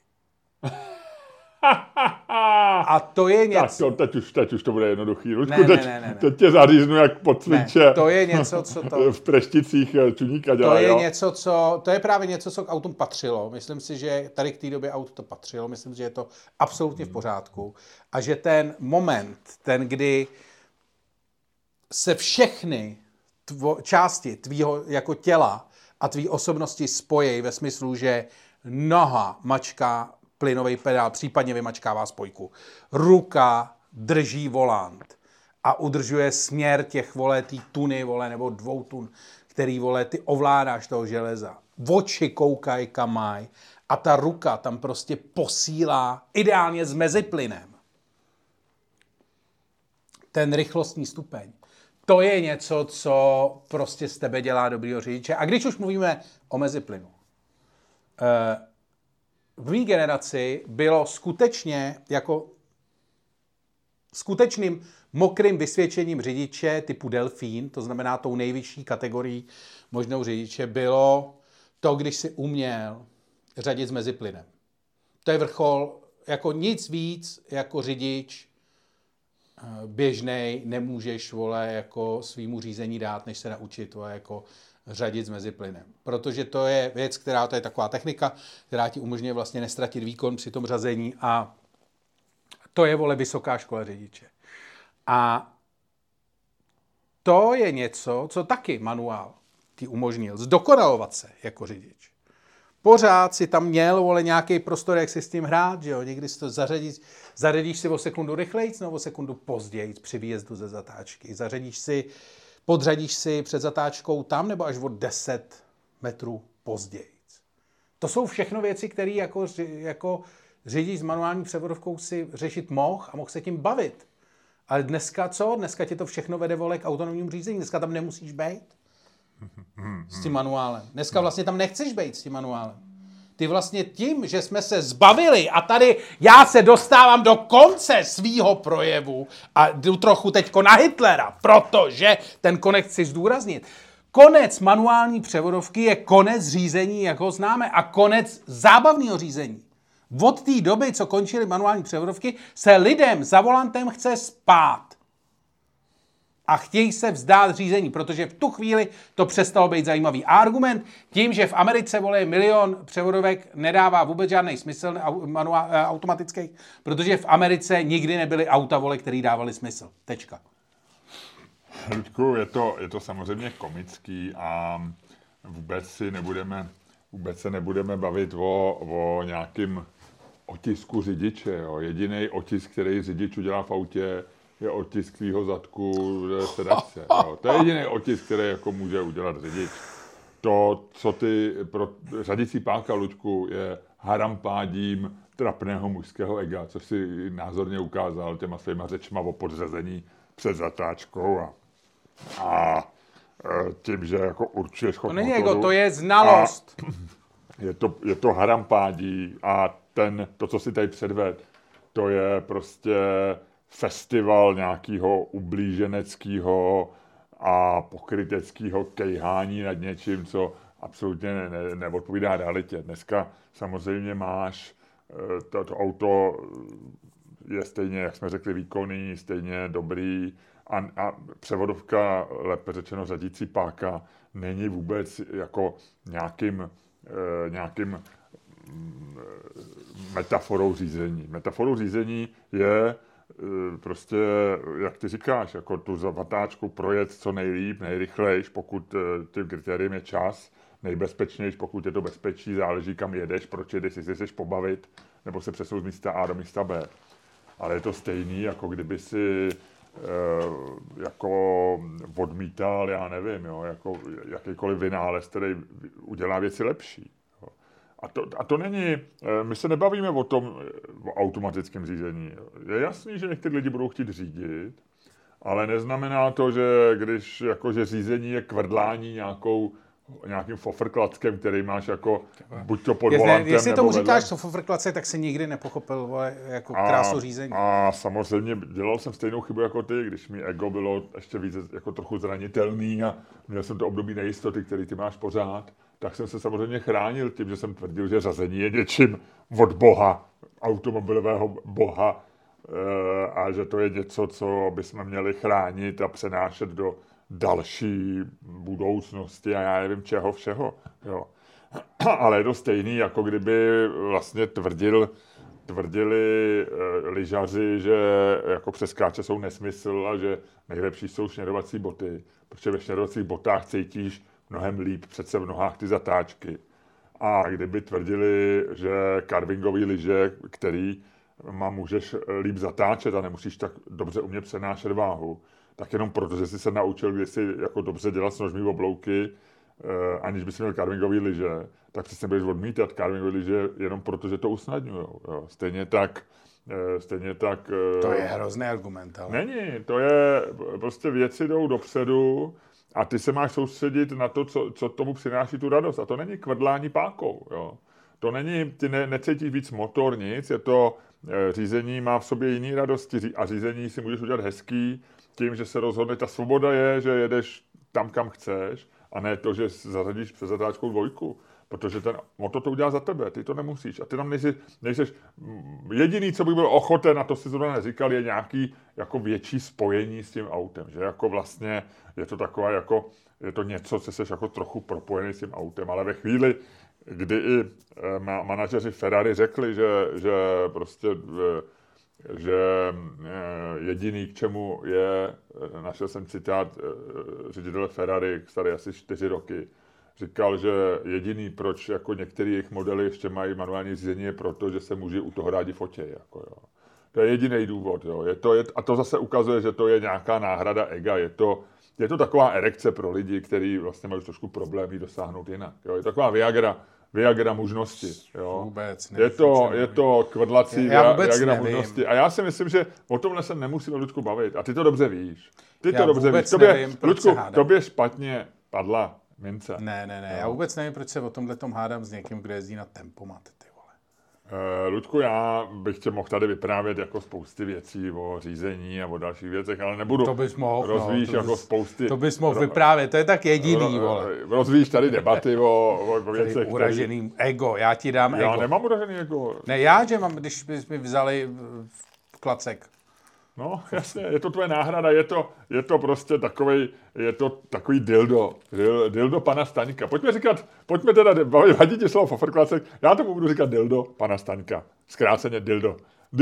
A to je něco... Tak teď už to bude jednoduchý. Ludku, Ne. teď tě zaříznu jak podcviče. Ne, to je něco, co to... V Prešticích čuníka dělá, To je právě něco, co k autům patřilo. Myslím si, že tady k té době aut to patřilo. Myslím si, že je to absolutně v pořádku. A že ten moment, kdy se všechny části tvýho jako těla a tvý osobnosti spojí ve smyslu, že noha mačká plynový pedál, případně vymačkává spojku. Ruka drží volant a udržuje směr těch tý tuny, nebo 2 tun, který, ty ovládáš toho železa. Oči koukají kam mají a ta ruka tam prostě posílá ideálně s meziplynem ten rychlostní stupeň. To je něco, co prostě z tebe dělá dobrýho řidiče. A když už mluvíme o meziplynu, v mý generaci bylo skutečně jako skutečným mokrým vysvědčením řidiče typu Delfín, to znamená tou nejvyšší kategorií možnou řidiče, bylo to, když si uměl řadit s meziplynem. To je vrchol, jako nic víc jako řidič běžnej nemůžeš, jako svýmu řízení dát, než se naučit, jako řadit s meziplynem. Protože to je věc, to je taková technika, která ti umožňuje vlastně nestratit výkon při tom řazení a to je, vysoká škola řidiče. A to je něco, co taky manuál ti umožnil. Zdokonalovat se jako řidič. Pořád si tam měl, nějaký prostor, jak si s tím hrát, že jo? Někdy si to zařadíš si o sekundu rychlejc, nebo o sekundu později při výjezdu ze zatáčky. Podřadíš si před zatáčkou tam, nebo až o 10 metrů později. To jsou všechno věci, které jako řidič s manuální převodovkou si řešit mohl a mohl se tím bavit. Ale dneska co? Dneska tě to všechno vede, k autonomnímu řízení. Dneska tam nemusíš být s tím manuálem. Dneska vlastně tam nechceš být s tím manuálem. Ty vlastně tím, že jsme se zbavili a tady já se dostávám do konce svýho projevu a jdu trochu teďko na Hitlera, protože ten konec chci zdůraznit. Konec manuální převodovky je konec řízení, jak ho známe, a konec zábavného řízení. Od té doby, co končily manuální převodovky, se lidem za volantem chce spát. A chtějí se vzdát řízení, protože v tu chvíli to přestalo být zajímavý. A argument tím, že v Americe 1 milion převodovek nedává vůbec žádný smysl automatických, protože v Americe nikdy nebyly auta, který dávaly smysl. Tečka. Ludku, je to samozřejmě komický a vůbec se nebudeme bavit o nějakým otisku řidiče. Jo. Jediný otisk, který řidič udělá v autě, je otisk tvýho zadku sedačce. Jo. To je jediný otisk, který jako může udělat řidič. To, co ty pro řadicí páka, Luďku, je harampádím trapného mužského ega, což si názorně ukázal těma svýma řečma o podřazení před zatáčkou a tím, že jako určuje schod motoru. To není ego, to je znalost. Je to harampádí a to, co si tady předved, to je prostě festival nějakého ublíženeckého a pokryteckého kejhání nad něčím, co absolutně neodpovídá realitě. Dneska samozřejmě máš, to auto je stejně, jak jsme řekli, výkonný, stejně dobrý a převodovka, lépe řečeno řadící páka, není vůbec jako nějakým metaforou řízení. Metaforou řízení je prostě, jak ty říkáš, jako tu zavatáčku projet co nejlíp, nejrychlejš, pokud tím kritériem je čas, nejbezpečnější, pokud je to bezpečí, záleží kam jedeš, proč jedeš, jestli chceš pobavit, nebo se přesunout z místa A do místa B. Ale je to stejný, jako kdyby si jako odmítal, já nevím, jo, jako jakýkoliv vynález, který udělá věci lepší. Jo. A to není, my se nebavíme o tom o automatickém řízení. Je jasný, že někteří lidi budou chtít řídit, ale neznamená to, že když jakože řízení je kvrdlání nějakým fofrklackem, který máš jako buď to pod volantem, jestli tomu nebo říkáš fofrklace, tak se nikdy nepochopil jako krásu řízení. A samozřejmě dělal jsem stejnou chybu jako ty, když mi ego bylo ještě víc jako trochu zranitelný a měl jsem to období nejistoty, který ty máš pořád, tak jsem se samozřejmě chránil tím, že jsem tvrdil, že řazení je něčím od Boha, automobilového Boha, a že to je něco, co bychom měli chránit a přenášet do další budoucnosti a já nevím čeho všeho. Jo. Ale je to stejný, jako kdyby vlastně tvrdili lyžaři, že jako přeskáče jsou nesmysl a že nejlepší jsou šněrovací boty, protože ve šněrovacích botách cítíš mnohem líp přece v nohách ty zatáčky. A kdyby tvrdili, že carvingový lyže, který můžeš líp zatáčet a nemusíš tak dobře umět přenášet váhu, tak jenom proto, že jsi se naučil kdysi jako dobře dělat snožní oblouky, aniž bys měl carvingový lyže, tak přesně budeš odmítat carvingový lyže jenom proto, že to usnadňujou. Stejně tak... To je hrozný argument, ale... Není, to je prostě věci jdou dopředu a ty se máš soustředit na to, co tomu přináší tu radost. A to není kvrdlání pákou, jo. To není, ty necítíš víc motor, nic, je to řízení má v sobě jiný radosti a řízení si můžeš udělat hezký tím, že se rozhodne, ta svoboda je, že jedeš tam, kam chceš a ne to, že zařadíš přes zatáčkou dvojku, protože ten motor to udělá za tebe, ty to nemusíš a ty tam nejseš jediný, co by byl ochoten, a to si zrovna neříkal, je nějaký jako větší spojení s tím autem, že jako vlastně je to taková jako, je to něco, co jsi jako trochu propojený s tím autem, ale ve chvíli, kdy i manažeři Ferrari řekli, že prostě že jediný, k čemu je, našel jsem citát ředitele Ferrari, starý asi 4 roky, říkal, že jediný, proč jako některé jejich modely ještě mají manuální řízení, je proto, že se muži u toho rádi fotí. Jako, jo. To je jediný důvod. Jo. A to zase ukazuje, že to je nějaká náhrada ega. Je to taková erekce pro lidi, kteří vlastně mají trošku problémy dosáhnout jinak. Jo. Je to taková Viagra možnosti. Jo. Vůbec je to kvrdlací Viagra možnosti. A já si myslím, že o tomhle se nemusíme, Ludku, bavit. A ty to dobře víš. Ty to dobře víš. Ludku, tobě špatně padla mince. Ne. Já vůbec nevím, proč se o tomhletom hádám s někým, kdo jezdí na tempomat. Ludku, já bych tě mohl tady vyprávět jako spousty věcí o řízení a o dalších věcech, ale nebudu. To bys mohl. Rozvíjíš jako spousty. To bys mohl vyprávět, to je tak jediný, vole. Rozvíjíš tady debaty o věcech. Uražený ego, já ti dám ego. Já nemám uražený ego. Ne, já, že mám, když bys mi vzali klacek. No, jasně, je to tvoje náhrada, je to prostě takový dildo pana Staňka. Pojďme teda, vadí ti slovo fofrklacek, já tomu budu říkat dildo pana Staňka. Zkráceně dildo.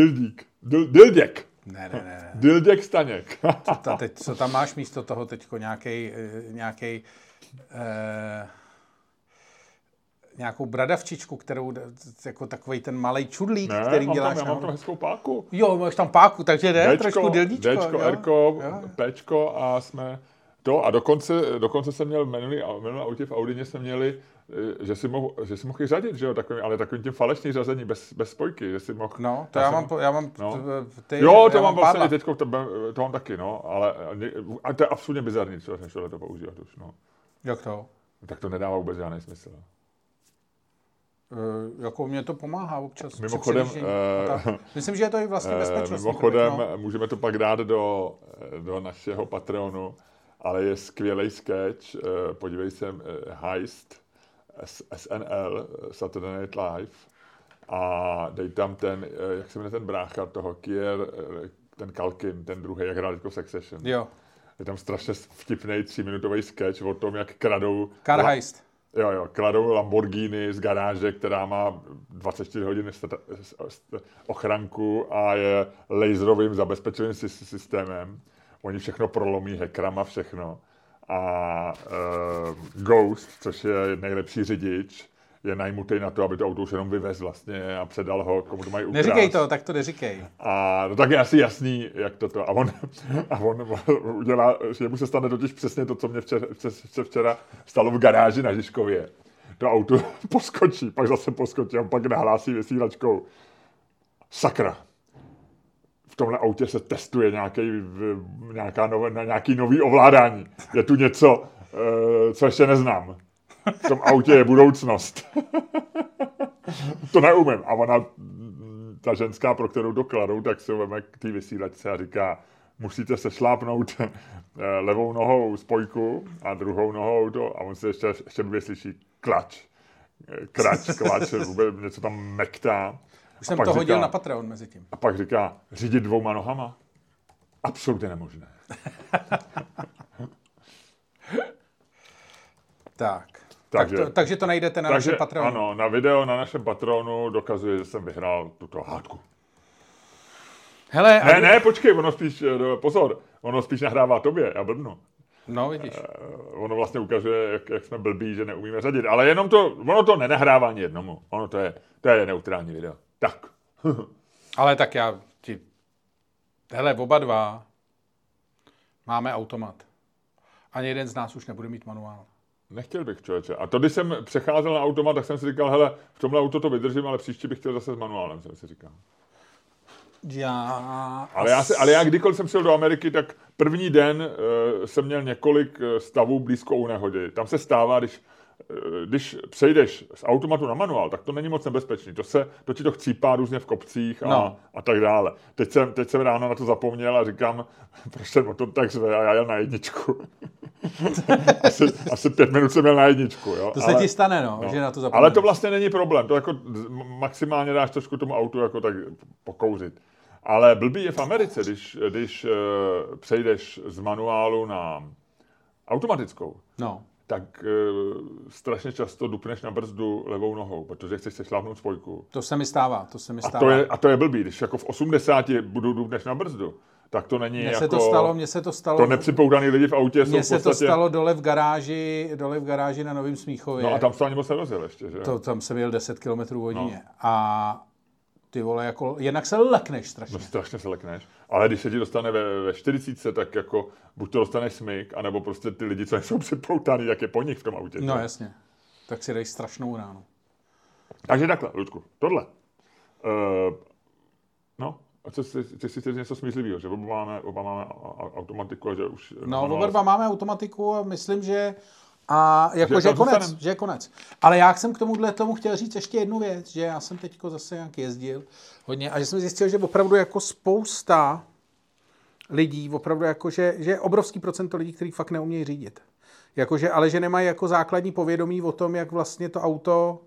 Dilděk. Ne. Dilděk Staněk. Co tam máš místo toho teďko nějakou bradavčičku, kterou jako takový ten malej čudlík, který děláš. Já mám tam hezkou páku. Jo, máš tam páku, takže ne, trošku dildíčko. Dčko, Rko, Pčko a jsme to. A dokonce jsem měl minulý autě v Audině jsme měli, že si mohl i řadit, že jo, ale takovým tím falešný řazení bez spojky, že si mohl. No, to já mám to mám vlastně teďko, to mám taky, no, ale to je absolutně bizarní, co než tohle to používat už, no. Jak to? Tak to nedává vůbec žádný smysl. Jako mě to pomáhá občas. Mimochodem, myslím, že je to i vlastně bezpečnostní. Mimochodem, můžeme to pak dát do našeho Patreonu, ale je skvělej sketch, podívej se, Heist, SNL, Saturday Night Live, a dej tam ten, jak se jmenuje ten brácha toho, ten Kalkin, ten druhý, jak hrál v Succession. Jo. Je tam strašně vtipnej 3minutový sketch o tom, jak kradou... Car Heist. Jo, kladou Lamborghini z garáže, která má 24 hodin ochranku a je laserovým zabezpečeným systémem. Oni všechno prolomí hackerama, všechno. A Ghost, což je nejlepší řidič, je najmutý na to, aby to auto už jenom vyvez vlastně a předal ho, komu to mají ukrást. Neříkej to, tak to neříkej. A no tak je asi jasný, jak toto. A on udělá, že mu se stane totiž přesně to, co mě včera stalo v garáži na Žižkově. To auto poskočí, pak zase poskočí a pak nahlásí vysílačkou. Sakra. V tomhle autě se testuje nějaký nový ovládání. Je tu něco, co ještě neznám. V tom autě je budoucnost. To neumím. A ona, ta ženská, pro kterou to kladou, tak se veme k té vysílačce a říká, musíte se šlápnout levou nohou spojku a druhou nohou to. A on se ještě blbě slyší klač, vůbec něco tam mektá. Už jsem to hodil na Patreon mezi tím. A pak říká, řídit 2 nohama? Absolutně nemožné. Takže to najdete na našem Patronu. Ano, na video na našem Patronu dokazuje, že jsem vyhrál tuto hádku. Hele, ne, počkej, ono spíš nahrává tobě, já blbnu. No, vidíš. Ono vlastně ukazuje, jak jsme blbí, že neumíme řadit, ale jenom ono to nenahrává ani jednomu. Ono to je neutrální video. Tak. Ale tak hele, oba dva máme automat. Ani jeden z nás už nebude mít manuál. Nechtěl bych, člověče. A to, když jsem přecházel na automat, tak jsem si říkal, hele, v tomhle auto to vydržím, ale příště bych chtěl zase s manuálem, jsem si říkal. Ale já kdykoliv jsem šel do Ameriky, tak první den jsem měl několik stavů blízko u nehody. Tam se stává, když přejdeš z automatu na manuál, tak to není moc nebezpečný. To ti to chcípá různě v kopcích a tak dále. Teď jsem ráno na to zapomněl a říkám, proč jsem o tom tak zve a já jel na 1. asi 5 minut jsem měl na 1. Jo? To se ti stane, že na to zapomněl. Ale to vlastně není problém. To jako maximálně dáš trošku tomu autu jako tak pokouřit. Ale blbý je v Americe, když přejdeš z manuálu na automatickou. No. Tak strašně často dupneš na brzdu levou nohou, protože chceš se šlápnout spojku. To se mi stává. A to je blbý, když jako v 80 dupneš na brzdu, tak to není Mně se to stalo. To nepřipoudaný lidi v autě jsou v podstatě... Mně se to stalo dole v garáži na Novém Smíchově. No a tam se ani moc nerozjel ještě, že? Tam jsem jel 10 km hodině. No. A ty vole, jako jednak se lekneš strašně. No strašně se lekneš. Ale když se ti dostane ve 40, tak jako buď to dostaneš smyk, anebo prostě ty lidi, co nejsou připoutaný, jak je po nich v tom autě. No jasně. Tak si dej strašnou ránu. Takže takhle, Ludku, tohle. A co si něco smýšlivého, že oba máme automatiku a že už... No, oba dva máme automatiku a myslím, že... A jako, že je konec. Ale já jsem k tomu chtěl říct ještě jednu věc, že já jsem teďko zase nějak jezdil hodně a že jsem zjistil, že opravdu jako spousta lidí, opravdu jako, že je obrovský procento lidí, kteří fakt neumějí řídit. Jakože, ale že nemají jako základní povědomí o tom, jak vlastně to auto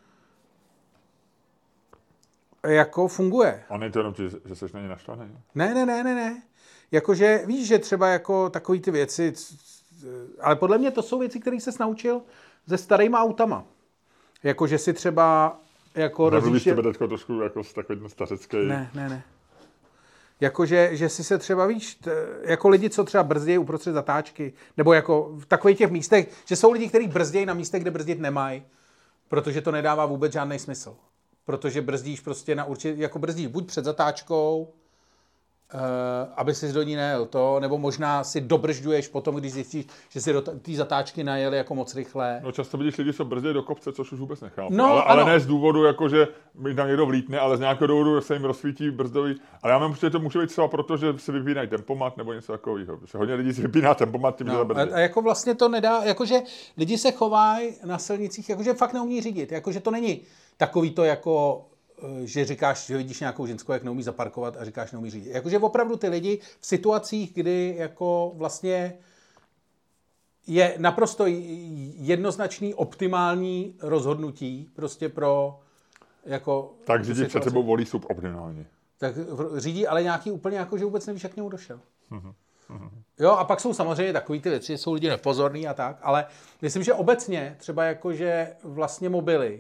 jako funguje. A není to jenom, že jsi na ně naštvaný? Ne. Jakože víš, že třeba jako takový ty věci... Ale podle mě to jsou věci, které ses naučil se starýma autama. Jako, že si třeba jako rozjížděl... Nemluvíš tebe teďko trošku jako takový stařecký... Ne. Jako, že si se třeba, víš, jako lidi, co třeba brzdějí uprostřed zatáčky, nebo jako v takových těch místech, že jsou lidi, kteří brzdějí na místech, kde brzdit nemají, protože to nedává vůbec žádný smysl. Protože brzdíš prostě jako brzdíš buď před zatáčkou, aby si do ní nejel to, nebo možná si dobržďuješ potom, když zjistíš, že si do té zatáčky najeli jako moc rychle. No často vidíš lidi, co brzdí do kopce, což už vůbec nechápu. No, ale ne z důvodu, jako, že mi tam někdo vlítne, ale z nějakého důvodu se jim rozsvítí brzdový. Ale já mám, že to může být třeba proto, že si vypínají tempomat nebo něco takového. Hodně lidí si vypíná tempomat tím, že zabrzdí. A jako vlastně to nedá, jakože lidi se chovají na silnicích, jakože fakt neumí řídit, jakože to není takový to jako... že říkáš, že vidíš nějakou ženskou, jak neumí zaparkovat a říkáš, neumí řídit. Jakože opravdu ty lidi v situacích, kdy jako vlastně je naprosto jednoznačný optimální rozhodnutí prostě pro jako... Tak řídí před sebou volí suboptimální. Tak řídí, ale nějaký úplně jako, že vůbec nevíš, jak k němu došel. Jo, a pak jsou samozřejmě takový ty věci, jsou lidi nepozorní a tak, ale myslím, že obecně třeba jakože vlastně mobily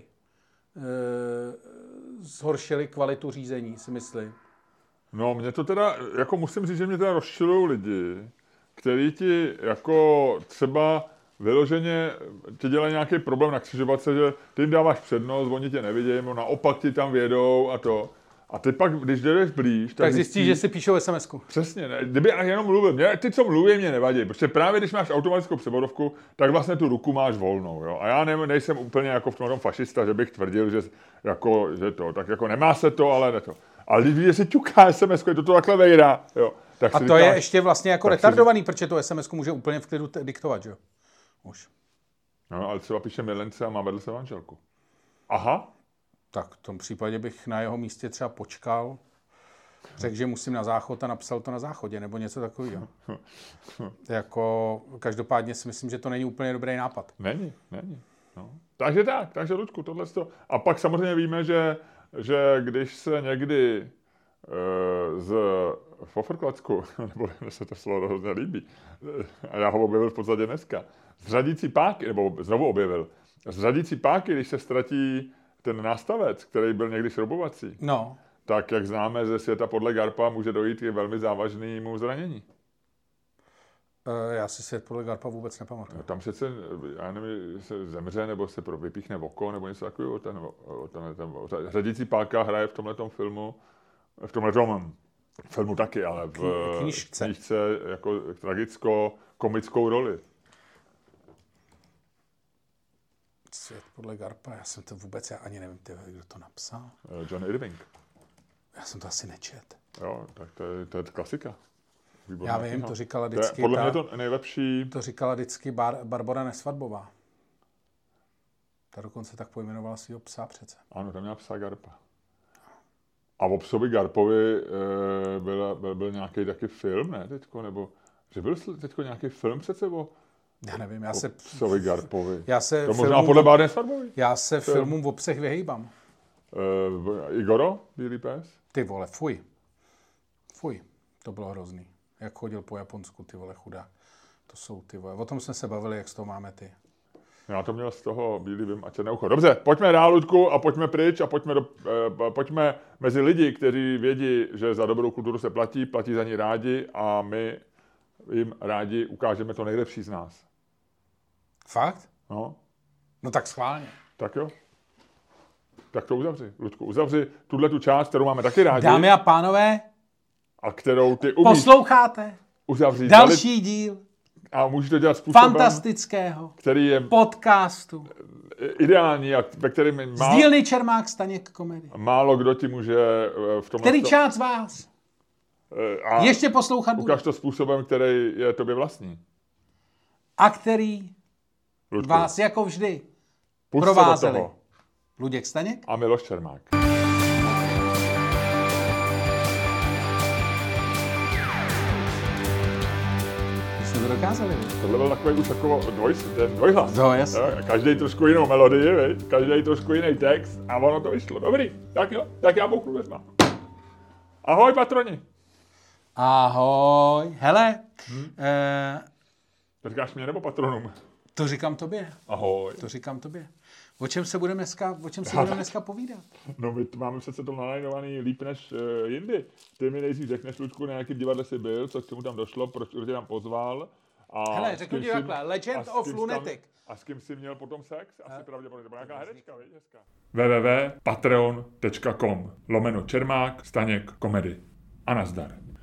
zhoršily kvalitu řízení, si myslím. No, mě to teda, jako musím říct, že mě teda rozčilují lidi, kteří ti jako třeba vyloženě ti dělají nějaký problém na křižovatce, že ty jim dáváš přednost, oni tě nevidějí, naopak ti tam vědou a to. A ty pak, když jdeš blíž, tak zjistíš, že si píšou SMS-ku. Přesně, ne? Kdyby já jenom mluvil, ty, co mluví, mě nevadí, protože právě když máš automatickou převodovku, tak vlastně tu ruku máš volnou, jo. A já nejsem úplně jako v tom fašista, že bych tvrdil, že to, tak jako nemá se to, ale ne to. Ale když si ťuká SMS-ku, je to takhle vejra, jo. Tak a to je ještě vlastně jako retardovaný, protože to SMS-ku může úplně v klidu diktovat, jo. Už. No, ale třeba píše milence a má vedle se manželku. Aha. Tak v tom případě bych na jeho místě třeba počkal, řekl, že musím na záchod a napsal to na záchodě, nebo něco takového. Jako, každopádně si myslím, že to není úplně dobrý nápad. Není. No. Takže Luďku, tohle to. A pak samozřejmě víme, že když se někdy z Fofrklacku, nebo se to slovo hrozně líbí, a já ho objevil v podstatě dneska, z řadící páky, nebo znovu objevil, z řadící páky, když se ztratí ten nástavec, který byl někdy šroubovací, no. Tak jak známe ze světa podle Garpa, může dojít k velmi závažnému zranění. Já si svět podle Garpa vůbec nepamatuju. Tam přece, já nevím, se zemře, nebo se vypíchne oko, nebo něco takového. Ten řadící páka hraje v tomhletom filmu, filmu taky, ale v knížce jako tragicko-komickou roli. Svět podle Garpa, já ani nevím, kdo to napsal. John Irving. Já jsem to asi nečet. Jo, tak to je klasika. Výborná já vím, to říkala vždycky. Podle mě to nejlepší. To říkala vždycky Barbora Nesvadbová. Ta dokonce tak pojmenovala svýho psa přece. Ano, tam měla psa Garpa. A o psovi Garpovi byl nějaký taky film, ne teďko? Nebo, že byl teďko nějaký film přece o... Já nevím, psovi Garpovi. To možná podle Bárny Nesvadbový. Já se filmům o psech vyhejbám. Igoro, Bílý pes? Ty vole, fuj. To bylo hrozný. Jak chodil po Japonsku, ty vole, chudá. To jsou ty vole. O tom jsme se bavili, jak z toho máme ty. Já to měl z toho Bílý vím a černé ucho. Dobře, pojďme dál, Ludku, a pojďme pryč a pojďme mezi lidi, kteří vědí, že za dobrou kulturu se platí za ní rádi a my jim rádi ukážeme to nejlepší z nás. Fakt? No. No tak schválně. Tak jo. Tak to uzavři, Ludku. Uzavři tu část, kterou máme taky rádi. Dámy a pánové, a kterou ty umíš posloucháte uzavřít. Další díl a můžeš to dělat způsobem, fantastického který je podcastu ideální a ve kterém z dílny Čermák Staněk komedie. Málo kdo ti může v tom... Který část z vás ještě poslouchat bude. Ukaž to způsobem, který je tobě vlastní. A který Ludku, vás jako vždy pusť provázeli Luděk Staněk a Miloš Čermák. To dokázali. Tohle byl takový už jako dvojhlas. No, jasně. Každý trošku jinou melodii, každý trošku jiný text a ono to vyšlo. Dobrý, tak jo, tak já bouknu vezma. Ahoj, patroni. Ahoj. Hele. To říkáš mě nebo patronům? To říkám tobě. Ahoj. To říkám tobě. O čem se budeme dneska povídat? No my máme přece to nalajnovaný líp než jindy. Ty mi nejdřív řekneš, Luďku, na jakém divadle jsi byl, co k tomu tam došlo, proč tě tam pozval. A hele, řeknu ti takhle, Legend of Lunatic. A s kým jsi měl potom sex? Asi pravděpodobně, to byla nějaká herečka, víš, hezká. www.patreon.com/Čermák Staněk komedy. A nazdar.